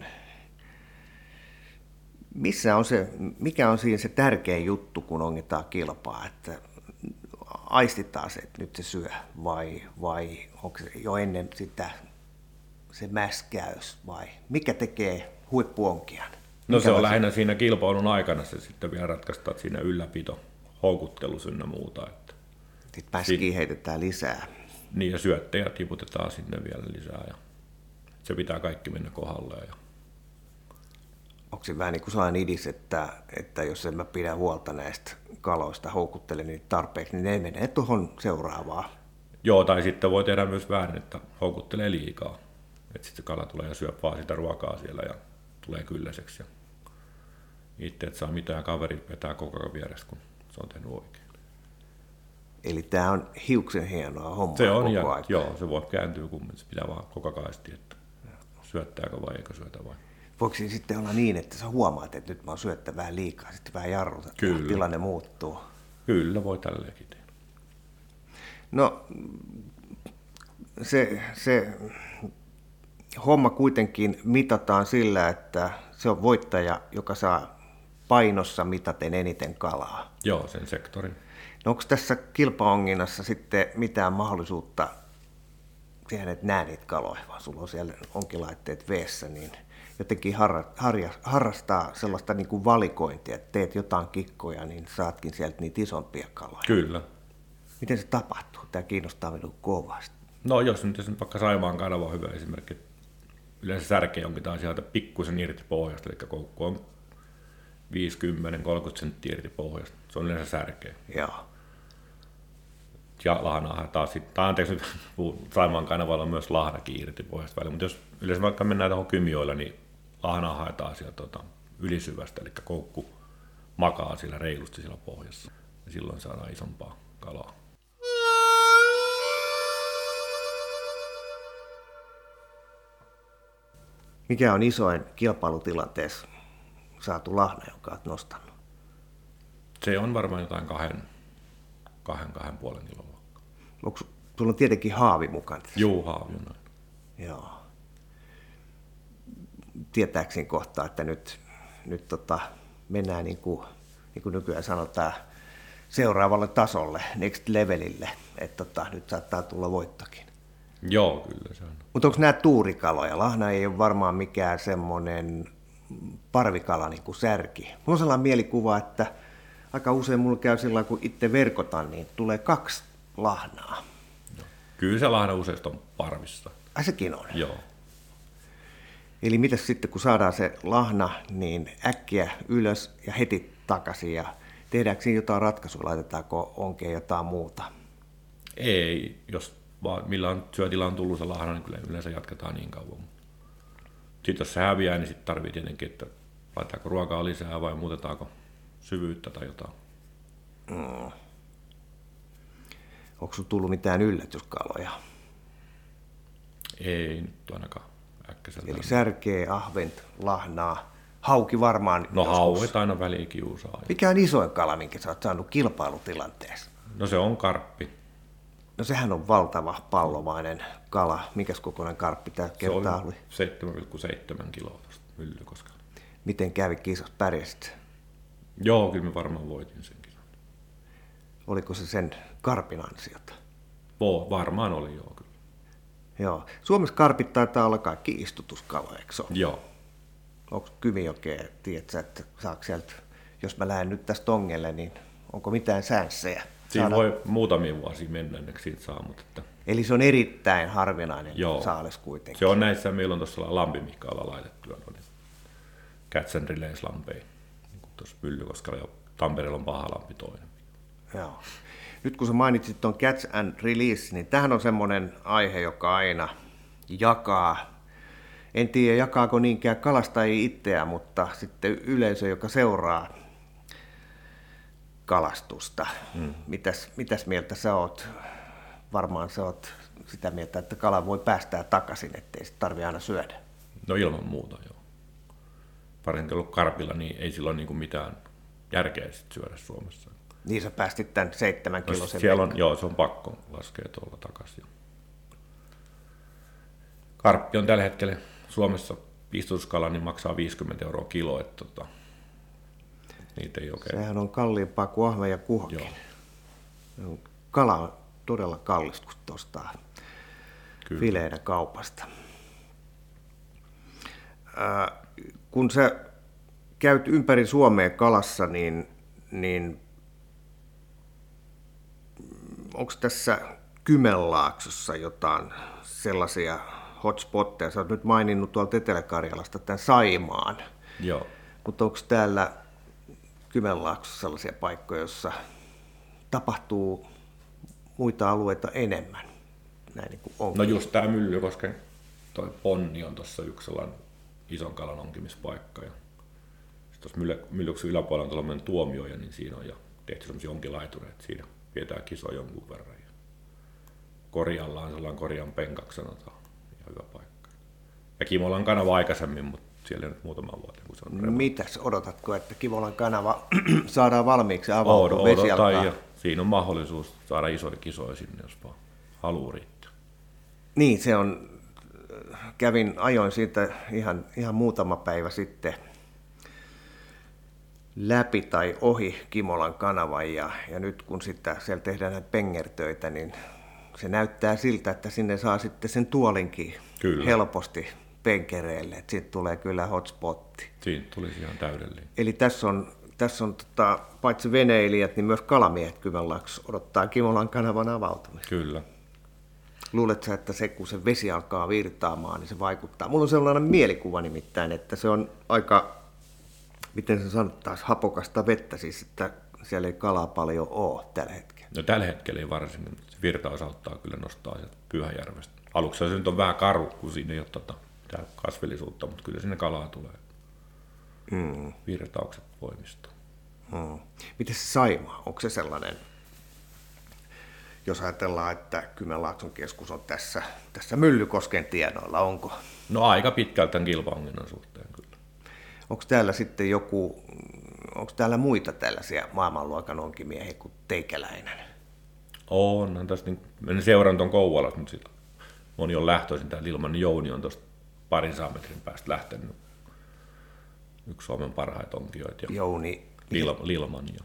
B: missä on se, mikä on siinä se tärkein juttu, kun ongitaan kilpaa, että aistitaan se, että nyt se syö, vai, vai onko se jo ennen sitä se mäskäys, vai mikä tekee huippuonkijan?
A: No se on
B: Mikä
A: lähinnä siinä kilpailun aikana se sitten vielä ratkaistaan, että siinä ylläpito, houkuttelu ynnä muuta. Että
B: Sitten mäskiä heitetään lisää.
A: niin ja syöttejä tiputetaan sinne vielä lisää ja se pitää kaikki mennä kohdalleen. Ja
B: Onko se vähän niin kuin sellainen idis, että, että jos en mä pidä huolta näistä kaloista, houkuttele niitä tarpeeksi, niin ne menee tuohon seuraavaan.
A: joo, tai sitten voi tehdä myös väärin, että houkuttelee liikaa. Että sitten se kala tulee ja syö vaan sitä ruokaa siellä ja tulee kylläiseksi. Ja itse et saa mitään, kaverit vetää koko ajan vierestä, kun se on tehnyt oikein.
B: Eli tämä on hiuksen hienoa hommaa
A: Se on,
B: koko
A: ja
B: ajan.
A: joo, se voi kääntyä kummin, se pitää vaan koko kaisti, että syöttääkö vai eikö syötä vai.
B: Voiko siinä sitten olla niin, että sä huomaat, että nyt mä oon syöttä vähän liikaa, sitten vähän jarrutat ja
A: Kyllä.
B: tilanne muuttuu?
A: Kyllä, voi tälleenkin tehdä.
B: No, se, se homma kuitenkin mitataan sillä, että se on voittaja, joka saa painossa mitaten eniten kalaa.
A: Joo, sen sektorin.
B: No onko tässä kilpaonginnassa sitten mitään mahdollisuutta siihen, että näe niitä kaloja, vaan sulla on siellä onkilaitteet veessä, niin jotenkin harra, harja, harrastaa sellaista niin kuin valikointia, että teet jotain kikkoja, niin saatkin sieltä niitä isompia kaloja.
A: Kyllä.
B: Miten se tapahtuu? Tämä kiinnostaa minua kovasti.
A: No jos nyt jos vaikka Saimaan kanava on hyvä esimerkki, yleensä särkee jonkin sieltä pikkusen irti pohjasta, eli koukku on viisikymmentä kolmekymmentä senttiä irti pohjasta. Se on yleensä särkeä.
B: Joo.
A: Ja lahnaa taas sitten, tai anteeksi nyt Saimaan kanavalla on myös lahnakin irti pohjasta välillä, mutta jos yleensä vaikka mennään tuohon Kymioilla, niin lahnaa haetaan sieltä tuota, ylisyvästä, eli koukku makaa siellä reilusti siellä pohjassa, ja silloin saadaan isompaa kalaa.
B: Mikä on isoin kilpailutilanteessa saatu lahna, jonka olet nostanut?
A: Se on varmaan jotain kahden, kahden, kahden puolen kilon luokkaa.
B: Onko sulla on tietenkin haavi mukaan?
A: Juu, haavi on näin.
B: Joo. Tietääkseni kohtaa, että nyt, nyt tota, mennään niin kuin, niin kuin nykyään sanotaan seuraavalle tasolle, next levelille, että tota, nyt saattaa tulla voittokin.
A: Joo, kyllä se on.
B: Mutta onko nämä tuurikaloja? Lahna ei ole varmaan mikään semmoinen parvikala niin kuin särki. Mulla on sellainen mielikuva, että aika usein mulla käy sillä kun itse verkotan, niin tulee kaksi lahnaa.
A: Kyllä se lahna useasti on parvissa.
B: Ai sekin on?
A: Joo.
B: Eli mitäs sitten kun saadaan se lahna, niin äkkiä ylös ja heti takaisin ja tehdäänkö siinä jotain ratkaisua, laitetaanko onkeen jotain muuta?
A: Ei, jos vaan millä on syötillä on tullut se lahna, niin kyllä yleensä jatketaan niin kauan. Sitten jos se häviää, niin sitten tarvii tietenkin, että laitetaanko ruokaa lisää vai muutetaanko syvyyttä tai jotain.
B: Mm. Onko sinulla tullut mitään yllätyskaloja?
A: Ei nyt ainakaan äkkäseltä.
B: Eli särkeä, ahvent, lahnaa, hauki varmaan.
A: No hauet aina väliin kiusaa.
B: Mikä on isoin kala, minkä sä oot saanut kilpailutilanteessa?
A: No se on karppi.
B: No sehän on valtava pallomainen kala. Mikäs kokoinen karppi tämä kertaa oli?
A: seitsemän pilkku seitsemän kiloa tuosta Myllykoskella.
B: Miten kävi kisassa, pärjäsit?
A: Joo, kyllä mä varmaan voitin sen kisan.
B: Oliko se sen karpin ansiota?
A: Vo, varmaan oli, joo kyllä.
B: Joo. Suomessa karpit taitaa olla kaikki istutuskaloja, eikö se ole?
A: Joo.
B: Onko Kymijokea, tiedätkö, että saako sieltä, jos mä lähden nyt tästä ongelle, niin onko mitään sänssejä?
A: Siinä
B: saada?
A: voi muutamia vuosia mennä ennen kuin siitä saa, mutta että...
B: Eli se on erittäin harvinainen
A: Joo.
B: saales kuitenkin.
A: Se on näissä, meillä on tuossa lampi, mikä ollaan laitettu, no, niin Catch and Release-lampeja, niin kuin tuossa Myllykoskella ja Tampereella on Pahalampi toinen.
B: Joo. Nyt kun sä mainitsit tuon Catch and Release, niin tämähän on semmoinen aihe, joka aina jakaa, en tiedä jakaako niinkään kalastajia itseään, mutta sitten yleisö, joka seuraa kalastusta. Hmm. Mitäs, mitäs mieltä sä oot? Varmaan sä oot sitä mieltä, että kala voi päästää takaisin, ettei sitä tarvitse aina syödä.
A: No ilman muuta, joo. Paremmin ollut karpilla, niin ei silloin niin kuin mitään järkeä sit syödä Suomessa.
B: Niin sä päästit tämän seitsemän
A: No,
B: kilosen.
A: siellä on, joo, se on pakko laskea tuolla takaisin. Karppi on tällä hetkellä Suomessa istutuskala, niin maksaa viisikymmentä euroa kilo, että tota, niitä ei oikein.
B: Sehän on kalliimpaa kuin ahve ja kuhki.
A: Joo.
B: Kala on todella kallista, kun tuosta fileinä kaupasta. Äh, kun sä käyt ympäri Suomea kalassa, niin, niin onko tässä Kymenlaaksossa jotain sellaisia hotspotteja? Sä oot nyt maininnut tuolta Etelä-Karjalasta tämän Saimaan.
A: Joo.
B: Mutta onko täällä Kymenlaaksossa sellaisia paikkoja, joissa tapahtuu muita alueita enemmän? Näin niin kuin onkin.
A: No just tämä Myllykosken toi ponni on tuossa yksi sellainen ison kalan onkimispaikka. Ja sitten tuossa Myllyksen yläpuolella on tuollainen tuomioja, niin siinä on ja tehty sellaisia onkilaitureita. Siinä pidetään kisoa jonkun verran. Ja Korjalla on sellainen Korjan penkaksi sanotaan. Ihan hyvä paikka. Ja Kimolan kanava aikaisemmin, mutta siellä ei nyt muutaman vuoden, kun se on remontti.
B: Mitäs, odotatko, että Kimolan kanava saadaan valmiiksi avautua, kun vesi alkaa?
A: Ja siinä on mahdollisuus saada isoja kisoja sinne, jos vaan haluaa riittää.
B: Niin, se on, kävin, ajoin siitä ihan, ihan muutama päivä sitten läpi tai ohi Kimolan kanavan ja, ja nyt kun sitä, siellä tehdään näitä pengertöitä, niin se näyttää siltä, että sinne saa sitten sen tuolinkin kyllä. helposti penkereille, että siitä tulee kyllä hotspotti.
A: Siitä tulisi ihan täydellinen.
B: Eli tässä on, tässä on tota, paitsi veneilijät, niin myös kalamiehet Kymenlaaksossa odottaa Kimolan kanavan avautumista.
A: Kyllä.
B: Luuletko, että se, kun se vesi alkaa virtaamaan, niin se vaikuttaa? Mulla on sellainen mielikuva nimittäin, että se on aika, miten se sanottaisiin, hapokasta vettä, siis että siellä ei kalaa paljon ole tällä hetkellä.
A: No tällä hetkellä ei varsinkin, mutta se virtaus auttaa kyllä nostaa sieltä Pyhäjärvestä. Aluksi se nyt on vähän karu, kun siinä ei ole tota, kasvillisuutta, mutta kyllä sinne kalaa tulee. Mm. Virtaukset voimistuu.
B: Mm. Miten se Saimaa? Onko se sellainen, jos ajatellaan, että Kymenlaakson keskus on tässä, tässä Myllykosken tienoilla, onko?
A: No aika pitkältä tämän kilpaonginnan suhteen kyllä.
B: Onko täällä sitten joku, onko täällä muita tällaisia maailmanluokan onkimiehiä kuin teikäläinen?
A: Onhan tässä, niin, en seurannut tuon Kouvolassa, mutta sillä moni on lähtöisin. Tämä Lilman Jouni on tuosta parin saa metrin päästä lähtenyt. Yksi Suomen parhaita onkijoita.
B: Jouni.
A: Lil, Lilman. Ja.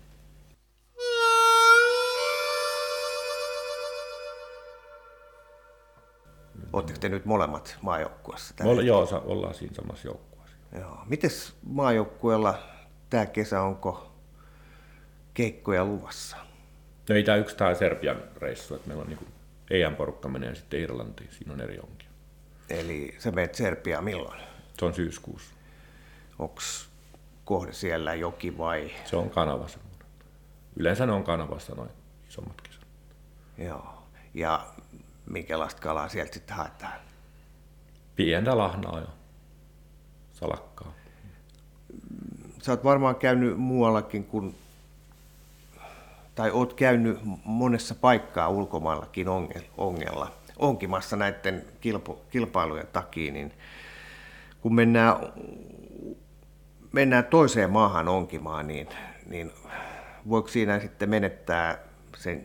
B: Oletteko te nyt molemmat maajoukkueessa?
A: Me joo, ollaan siinä samassa joukkueessa.
B: Joo. Mites maajoukkueella tämä kesä, onko keikkoja luvassa?
A: No ei tämä yksi tämä Serbian reissu, että meillä on niin E M-porukka menee sitten Irlantiin, siinä on eri onkia.
B: Eli sä menet Serbiaan milloin?
A: Se on syyskuussa.
B: Onko kohde siellä joki vai?
A: Se on kanava semmoinen. Yleensä ne on kanavassa noin isommat kisat.
B: Joo. Ja minkälaista kalaa sieltä sitten haetaan?
A: Pientä lahnaa ja salakkaa.
B: Sä oot varmaan käynyt muuallakin kuin, tai oot käynyt monessa paikkaa ulkomaillakin ongella, onkimassa näiden kilpailujen takia, niin kun mennään, mennään toiseen maahan onkimaan, niin, niin voiko siinä sitten menettää sen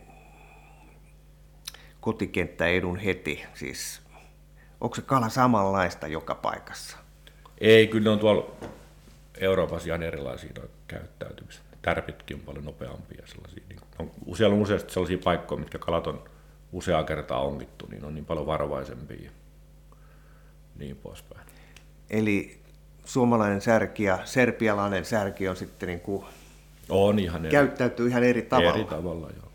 B: kotikenttäedun heti? Siis, onko se kala samanlaista joka paikassa?
A: Ei, kyllä ne on tuolla Euroopassa ihan erilaisia käyttäytymisiä. Tärpitkin on paljon nopeampia. Sellaisia, niin on, siellä on useasti sellaisia paikkoja, mitkä kalat on useaa kertaa onkittu, niin on niin paljon varovaisempia ja niin poispäin.
B: Eli suomalainen särki ja serbialainen särki on sitten niin kuin
A: on ihan eri,
B: käyttäytyy ihan eri tavalla.
A: Eri tavalla, joo.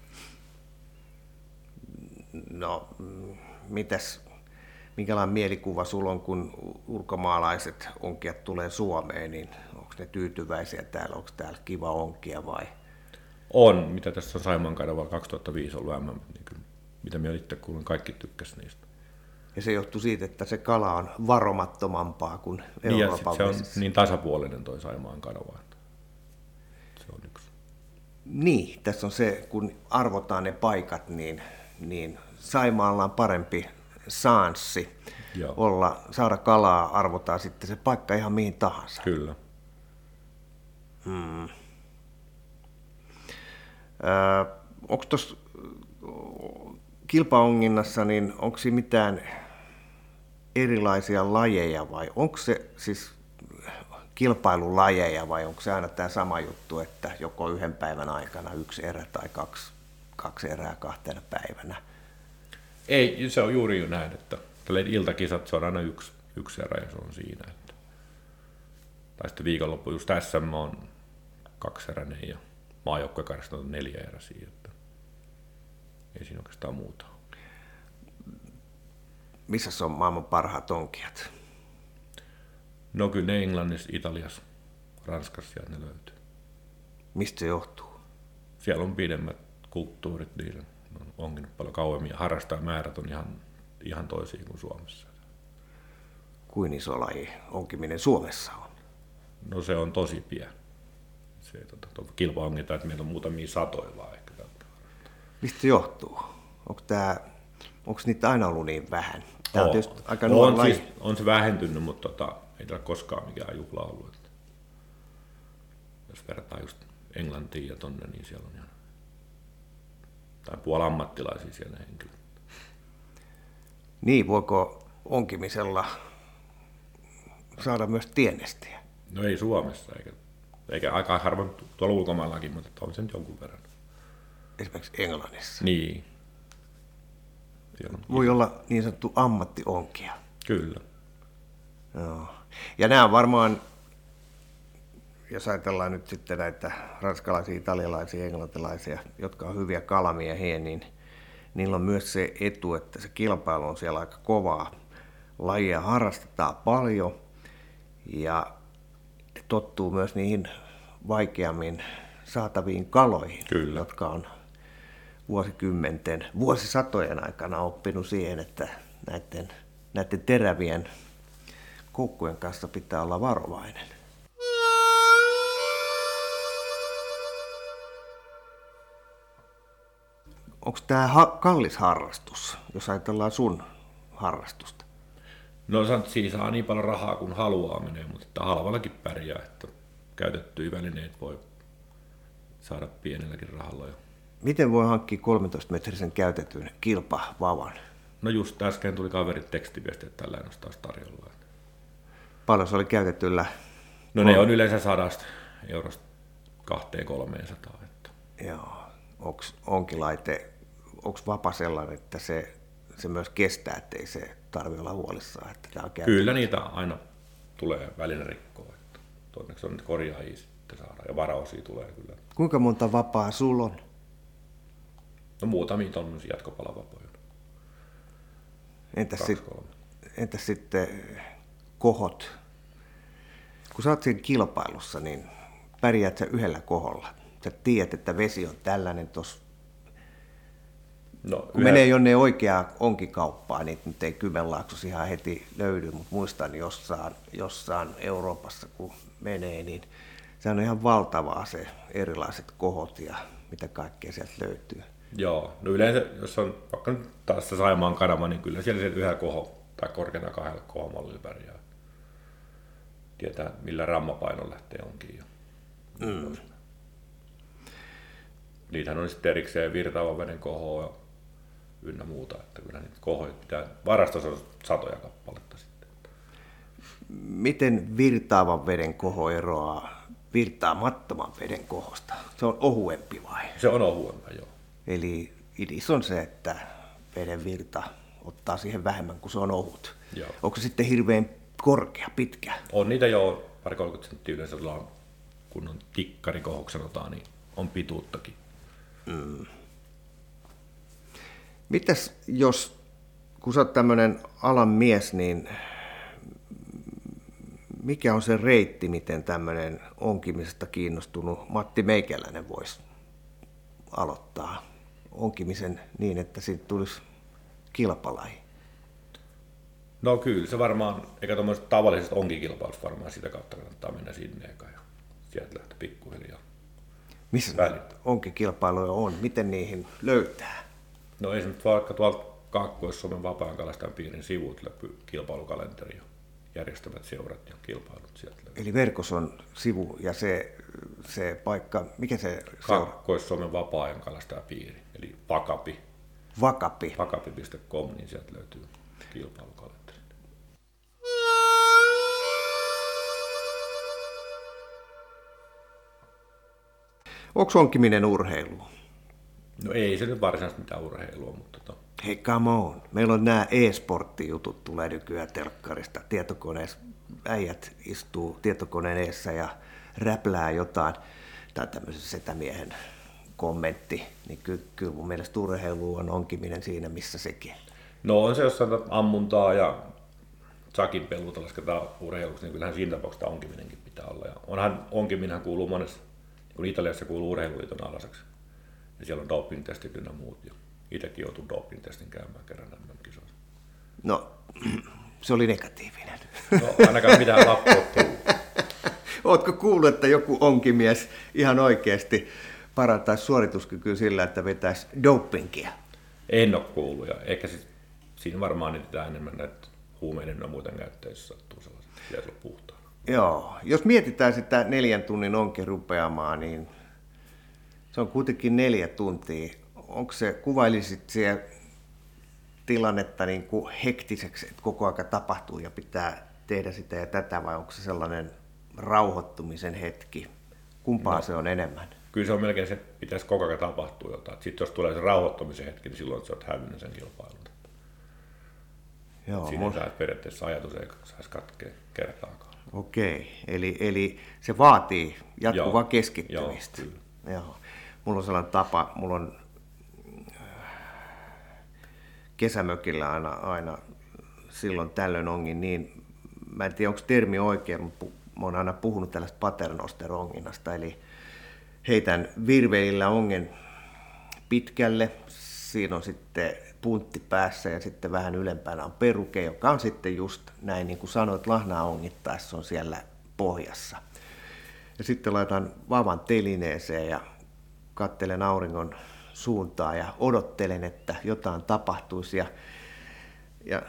B: No, mitäs, minkälainen mielikuva sulla on, kun ulkomaalaiset onkijat tulee Suomeen, niin onko ne tyytyväisiä täällä, onko täällä kiva onkia vai?
A: On, mitä tässä on Saimaan kanavalla kaksituhattaviisi ollut M M, niin kyllä, mitä minä itse kuulin, kaikki tykkäsivät niistä.
B: Ja se johtuu siitä, että se kala on varomattomampaa kuin Euroopan
A: niin,
B: vesissä.
A: Se on niin tasapuolinen toi Saimaan kanava. Se on yksi.
B: Niin, tässä on se, kun arvotaan ne paikat, niin, niin Saimaalla on parempi sanssi olla, saada kalaa, arvotaan sitten se paikka ihan mihin tahansa.
A: Kyllä.
B: Hmm. Öö, onko tuossa kilpaonginnassa, niin onko siinä mitään erilaisia lajeja vai onko se siis kilpailulajeja vai onko se aina tämä sama juttu, että joko yhden päivän aikana yksi erä tai kaksi, kaksi erää kahtena päivänä?
A: Ei, se on juuri näin, että iltakisat se on aina yksi, yksi erä ja se on siinä. Että. Tai sitten viikonloppu just S M on kaksieräinen ja maajoukkuekarsinta on neljä eräisiä, että ei siinä oikeastaan muuta.
B: Missä on maailman parhaat onkijat?
A: No kyllä ne Englannissa, Italiassa, Ranskassa ja ne löytyy.
B: Mistä se johtuu?
A: Siellä on pidemmät kulttuurit, niiden on onkinut paljon kauemmin ja harrastajamäärät on ihan, ihan toisia kuin Suomessa.
B: Kuin iso laji onkiminen Suomessa on?
A: No se on tosi pieni. Se tota, kilpaonginta, että meillä on muutamia satoja vaan ehkä.
B: Mistä se johtuu? Onko, tämä, onko niitä aina ollut niin vähän? Tämä on,
A: on
B: tietysti aika nuori laji.
A: Siis, on se vähentynyt, mutta tota, ei tämä koskaan mikään juhla ollut. Että jos verrataan just Englantiin ja tonne, niin siellä on ihan tai puoli ammattilaisia siellä henkilöitä.
B: Niin, voiko, onkimisella saada myös tienestiä?
A: No ei Suomessa, eikä, eikä aika harvoin tuolla ulkomaillakin, mutta on se nyt jonkun verran.
B: Esimerkiksi Englannissa?
A: Niin.
B: Voi olla niin sanottu ammattionkia.
A: Kyllä.
B: Joo. Ja nämä on varmaan, jos ajatellaan nyt sitten näitä ranskalaisia, italialaisia, englantilaisia, jotka on hyviä kalamiehiä, niin niillä on myös se etu, että se kilpailu on siellä aika kovaa. Lajia harrastetaan paljon ja tottuu myös niihin vaikeammin saataviin kaloihin,
A: Kyllä.
B: jotka on vuosikymmenten, vuosisatojen aikana oppinut siihen, että näiden, näiden terävien koukkujen kanssa pitää olla varovainen. Onko tämä ha- kallis harrastus, jos ajatellaan sun harrastusta?
A: No siinä saa niin paljon rahaa kuin haluaa menee, mutta että halvallakin pärjää, että käytettyjä välineet voi saada pienelläkin rahalla.
B: Miten voi hankkia kolmetoista-metrisen käytetyn kilpavavan?
A: No just äsken tuli kaverit tekstiviesti, että tällä olisi taas tarjolla.
B: Paljon se oli käytetyllä?
A: No ne on yleensä sadasta eurosta kahteen kolmeensataan. Että.
B: Joo. Onko onkilaite, onko vapa sellainen, että se, se myös kestää, ettei se tarvitse olla huolissaan, että tämä on käytetty?
A: Kyllä niitä aina tulee välinerikkoa. Että onneksi on korjaajia sitten saada ja varaosia tulee kyllä.
B: Kuinka monta vapaa sulla on?
A: No muutamia tuollaisia jatkopalavapoja.
B: Entäs, sit, entäs sitten kohot? Kun sä oot siinä kilpailussa, niin pärjäät sä yhdellä koholla? Sä tiedät, että vesi on tällainen tuossa.
A: No,
B: kun
A: yhä...
B: menee jonne oikeaan onkikauppaan, niin nyt ei Kymenlaaksossa ihan heti löydy, mutta muistan jossain, jossain Euroopassa, kun menee, niin se on ihan valtavaa se erilaiset kohot ja mitä kaikkea sieltä löytyy.
A: Joo, no yleensä, jos on vaikka nyt taas se Saimaan kanava, niin kyllä siellä se yhä koho tai korkeana kahdella kohomallilla pärjää. Tietää, millä rammapaino lähtee onkin. Jo. Mm. Niitähän on sitten erikseen virtaavan veden kohoa ja ynnä muuta, että kyllä niitä kohoja pitää, varastossa on satoja kappaletta sitten.
B: Miten virtaavan veden koho eroaa virtaamattoman veden kohosta? Se on ohuempi vai?
A: Se on ohuempi, joo.
B: Eli idis on se, että veden virta ottaa siihen vähemmän, kuin se on ohut.
A: Joo.
B: Onko se sitten hirveän korkea, pitkä?
A: On niitä jo pari kolmekymmentä senttiä yleensä, kun on tikkarikohoksi sanotaan, niin on pituuttakin.
B: Mm. Mitäs jos, kun sä oot tämmöinen alan mies, niin mikä on se reitti, miten tämmöinen onkimisesta kiinnostunut Matti Meikäläinen voisi aloittaa onkimisen niin, että siitä tulisi kilpalaji?
A: No kyllä, se varmaan, eikä tuommoiset tavalliset onkikilpailut varmaan sitä kautta kannattaa mennä sinne eka ja sieltä lähtee pikkuhiljaa.
B: Missä onkikilpailuja on? Miten niihin löytää?
A: No esimerkiksi vaikka tuolta Kaakkois-Suomen vapaan kalastajan piirin sivuilta löytyy kilpailukalenteri ja järjestävät seurat ja kilpailut sieltä löytyy.
B: Eli verkossa on sivu ja se, se paikka, mikä se seura?
A: Kaakkois-Suomen vapaa-ajan kalastajan piiri, eli Vakapi.
B: Vakapi.
A: Vakapi piste com, niin sieltä löytyy kilpailukalenteri.
B: Onko onkiminen urheilua?
A: No ei se nyt varsinaisesti mitään urheilua, mutta... To...
B: Hei, come on. Meillä on nämä e-sporttijutut tulee nykyään telkkarista. Tietokoneessa äijät istuu tietokoneen eessä ja räplää jotain. Tai tämmöisen setämiehen kommentti. Niin ky- kyllä mun mielestä urheilu on onkiminen siinä, missä sekin.
A: No on se, jos sanotaan ammuntaa ja sakin peluuta lasketaan urheiluksi, niin kyllähän siinä tapauksessa onkiminenkin pitää olla. Ja onhan onkiminenhan kuuluu monessa, kun Italiassa kuuluu urheiluliiton alaseksi. Ja siellä on doping-testit ynnä muut. Ja itsekin joutui doping-testin käymään kerran M M-kisoissa.
B: No, se oli negatiivinen.
A: No ainakaan mitään lappua tullut.
B: Ootko kuullut, että joku onkimies ihan oikeasti parantaisi suorituskykyä sillä, että vetäisi dopingia?
A: En ole kuullut. Ja ehkä sit, siinä varmaan niitä enemmän näitä huumeiden ja muuten käyttäjissä sattuu sellaiset. Pitäisi olla puhtaana.
B: Joo. Jos mietitään sitä neljän tunnin onkin rupeamaa, niin se on kuitenkin neljä tuntia. Onko se, kuvailisit siellä tilannetta niin kuin hektiseksi, että koko ajan tapahtuu ja pitää tehdä sitä ja tätä, vai onko se sellainen rauhoittumisen hetki? Kumpaa no, se on enemmän?
A: Kyllä se on melkein se, että pitäisi koko ajan tapahtua jotain. Sitten jos tulee se rauhoittumisen hetki, niin silloin sä oot hävinnyt sen kilpailun. Joo, siinä mun... periaatteessa ajatus ei saisi katkea kertaakaan.
B: Okei, eli, eli se vaatii jatkuvaa
A: Joo.
B: keskittymistä. Joo, Joo. Mulla on sellainen tapa, mulla on kesämökillä aina, aina silloin tällöin onkin niin, mä en tiedä onko termi oikein, mutta mä oon aina puhunut tällaista paternosteronginasta, eli heitän virveillä ongen pitkälle, siinä on sitten puntti päässä ja sitten vähän ylempänä on peruke, joka on sitten just näin niin kuin sanoit, lahnaa ongittaessa on siellä pohjassa. Ja sitten laitan vavan telineeseen ja katselen auringon suuntaan ja odottelen, että jotain tapahtuisi. Ja, ja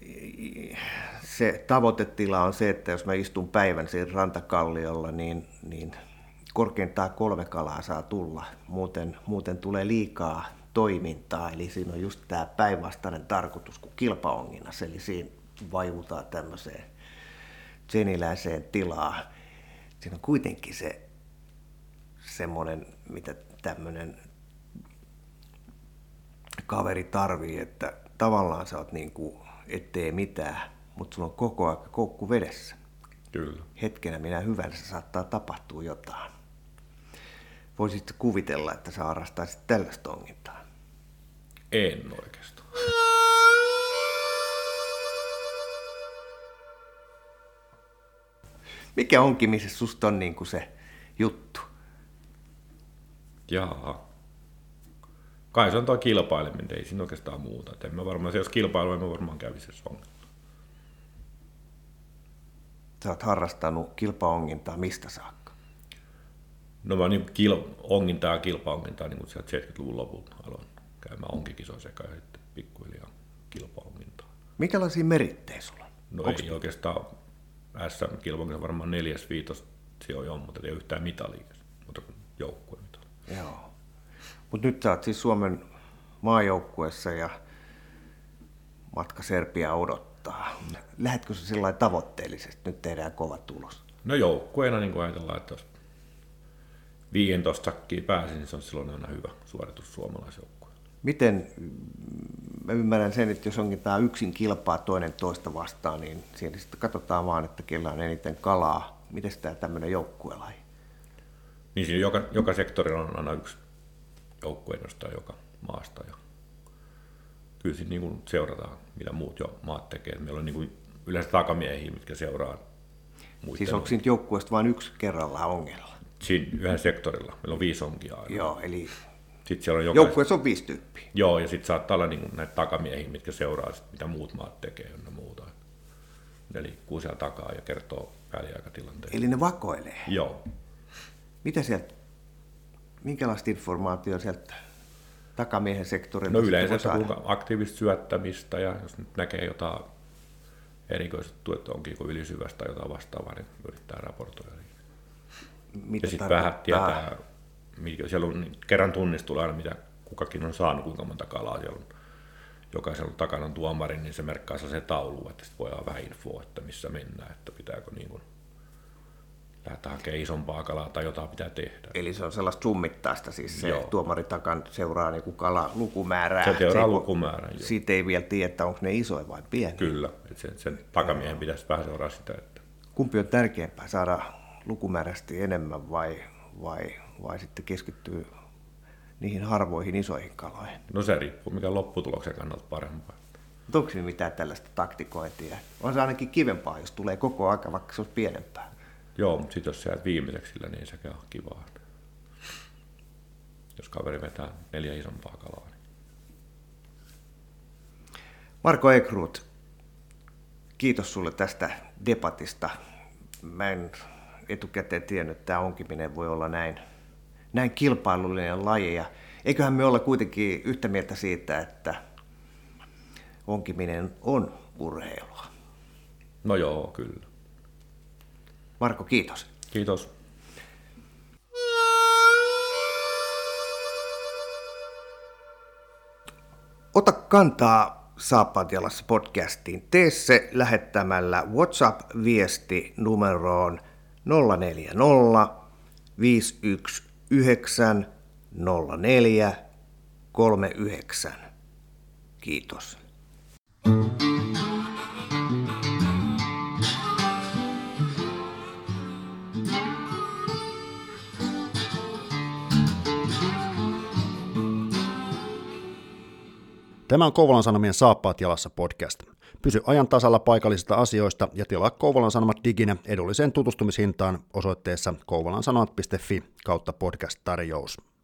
B: se tavoitetila on se, että jos mä istun päivän siinä rantakalliolla, niin, niin korkeintaan kolme kalaa saa tulla. Muuten, muuten tulee liikaa toimintaa, eli siinä on just tämä päinvastainen tarkoitus kuin kilpaonginnassa, eli siinä vajutaan tämmöiseen zeniläiseen tilaan. Siinä on kuitenkin se semmoinen, mitä tämmöinen kaveri tarvii, että tavallaan sä oot niin kuin, ettei mitään, mutta sulla on koko ajan koukku vedessä.
A: Kyllä.
B: Hetkenä minä hyvänsä saattaa tapahtua jotain. Voisitko kuvitella, että sä harrastaisit tällaista ongintaa?
A: En oikeastaan.
B: Mikä onkimisessa susta on niin kuin se juttu?
A: Jaa. Kai se on tuo kilpaileminen, ei siinä oikeastaan muuta. Et en mä varmaan, jos kilpailu, en mä varmaan kävisi se ongelma.
B: Sä oot harrastanut kilpaongintaa mistä saakka?
A: No mä niin kil- ongintaa ja kilpaongintaa niin sieltä seitsemänkymmentäluvun lopulta aloin käymään onkikisoissa ja sitten pikkuhiljaa kilpaongintaa.
B: Minkälaisia merittejä sulla on?
A: No
B: Onks...
A: ei oikeastaan S M-kilpaonginta varmaan neljäs, viitos sijoja on, mutta ei yhtään mitalia, mutta joukkuemitali.
B: Joo. Mutta nyt sä oot siis Suomen maajoukkueessa ja matka Serbiaa odottaa. Lähetkö sä sillä lailla tavoitteellisesti, nyt tehdään kova tulos?
A: No joukkueena niin ajatellaan, että jos viisitoista sakkiin pääsin, niin se on silloin aina hyvä suoritus suomalaisjoukkueelle.
B: Miten, mä ymmärrän sen, että jos onkin tämä yksin kilpaa toinen toista vastaan, niin siinä sitten katsotaan vaan, että kellä on eniten kalaa. Miten tämä tämmöinen joukkuelaji?
A: Niin siinä joka, joka sektorilla on aina yksi joukkueenostaja joka maasta. Ja kyllä siinä niin kuin seurataan, mitä muut jo maat tekee. Meillä on niin kuin yleensä takamiehiä, mitkä seuraa muiden.
B: Siis onko siinä joukkueesta vain yksi kerrallaan ongella?
A: Siinä yhden sektorilla. Meillä on viisi onkia aina.
B: Joo, eli
A: on jokaisen...
B: joukkueessa on viisi tyyppiä.
A: Joo, ja sitten saattaa olla niin kuin näitä takamiehiä, mitkä seuraa, sit, mitä muut maat tekee ja muuta. Ne liikkuu siellä takaa ja kertoo väliaikatilanteita.
B: Eli ne vakoilee?
A: Joo.
B: Mitä sieltä, minkälaista informaatiota sieltä takamiehen sektorilta?
A: No yleensä kuinka aktiivista syöttämistä, ja jos nyt näkee jotain erikoista, että onkin kuin ylisyvästä tai jotain vastaavaa, niin yrittää raportoida.
B: Mitä
A: ja sitten vähän tietää, siellä on kerran tunnissa tulee aina, mitä kukakin on saanut, kuinka monta kalaa siellä on. Jokaisella takana on tuomari, niin se merkkaa se taulu, että sitten voidaan vähän infoa, että missä mennään, että pitääkö niin kuin lähteä hakemaan isompaa kalaa tai jotain pitää tehdä.
B: Eli se on sellaista summittaista, siis se
A: Joo.
B: tuomari takan seuraa niin kuin kala lukumäärää.
A: Se seuraa
B: se,
A: lukumäärää, joo.
B: Siitä ei vielä tiedä, että onko ne isoja vai pieniä.
A: Kyllä, että sen, sen takamiehen pitäisi vähän seuraa sitä. Että...
B: Kumpi on tärkeämpää, saada lukumääräisesti enemmän vai, vai, vai sitten keskittyy niihin harvoihin isoihin kaloihin?
A: No se riippuu, mikä lopputuloksen kannalta parempaa.
B: Mutta onko siinä mitään tällaista taktikointia? On se ainakin kivempaa, jos tulee koko aika, vaikka se olisi pienempää.
A: Joo, mutta sitten jos sä jäät viimeiseksi sillä, niin sekin on kivaa. Jos kaveri vetää neljä isompaa kalaa. Niin...
B: Marko Ekrot, kiitos sulle tästä debatista. Mä en etukäteen tiennyt, että tämä onkiminen voi olla näin, näin kilpailullinen laji. Ja eiköhän me olla kuitenkin yhtä mieltä siitä, että onkiminen on urheilua.
A: No joo, kyllä.
B: Marko, kiitos.
A: Kiitos.
B: Ota kantaa Saappaat jalassa podcastiin. Tee se lähettämällä WhatsApp-viesti numeroon nolla neljä nolla viisi yksi yhdeksän nolla neljä kolme yhdeksän. Kiitos.
C: Tämä on Kouvolan Sanomien Saappaat jalassa podcast. Pysy ajan tasalla paikallisista asioista ja tilaa Kouvolan Sanomat diginä edulliseen tutustumishintaan osoitteessa kouvolansanomat piste fi kautta podcast-tarjous.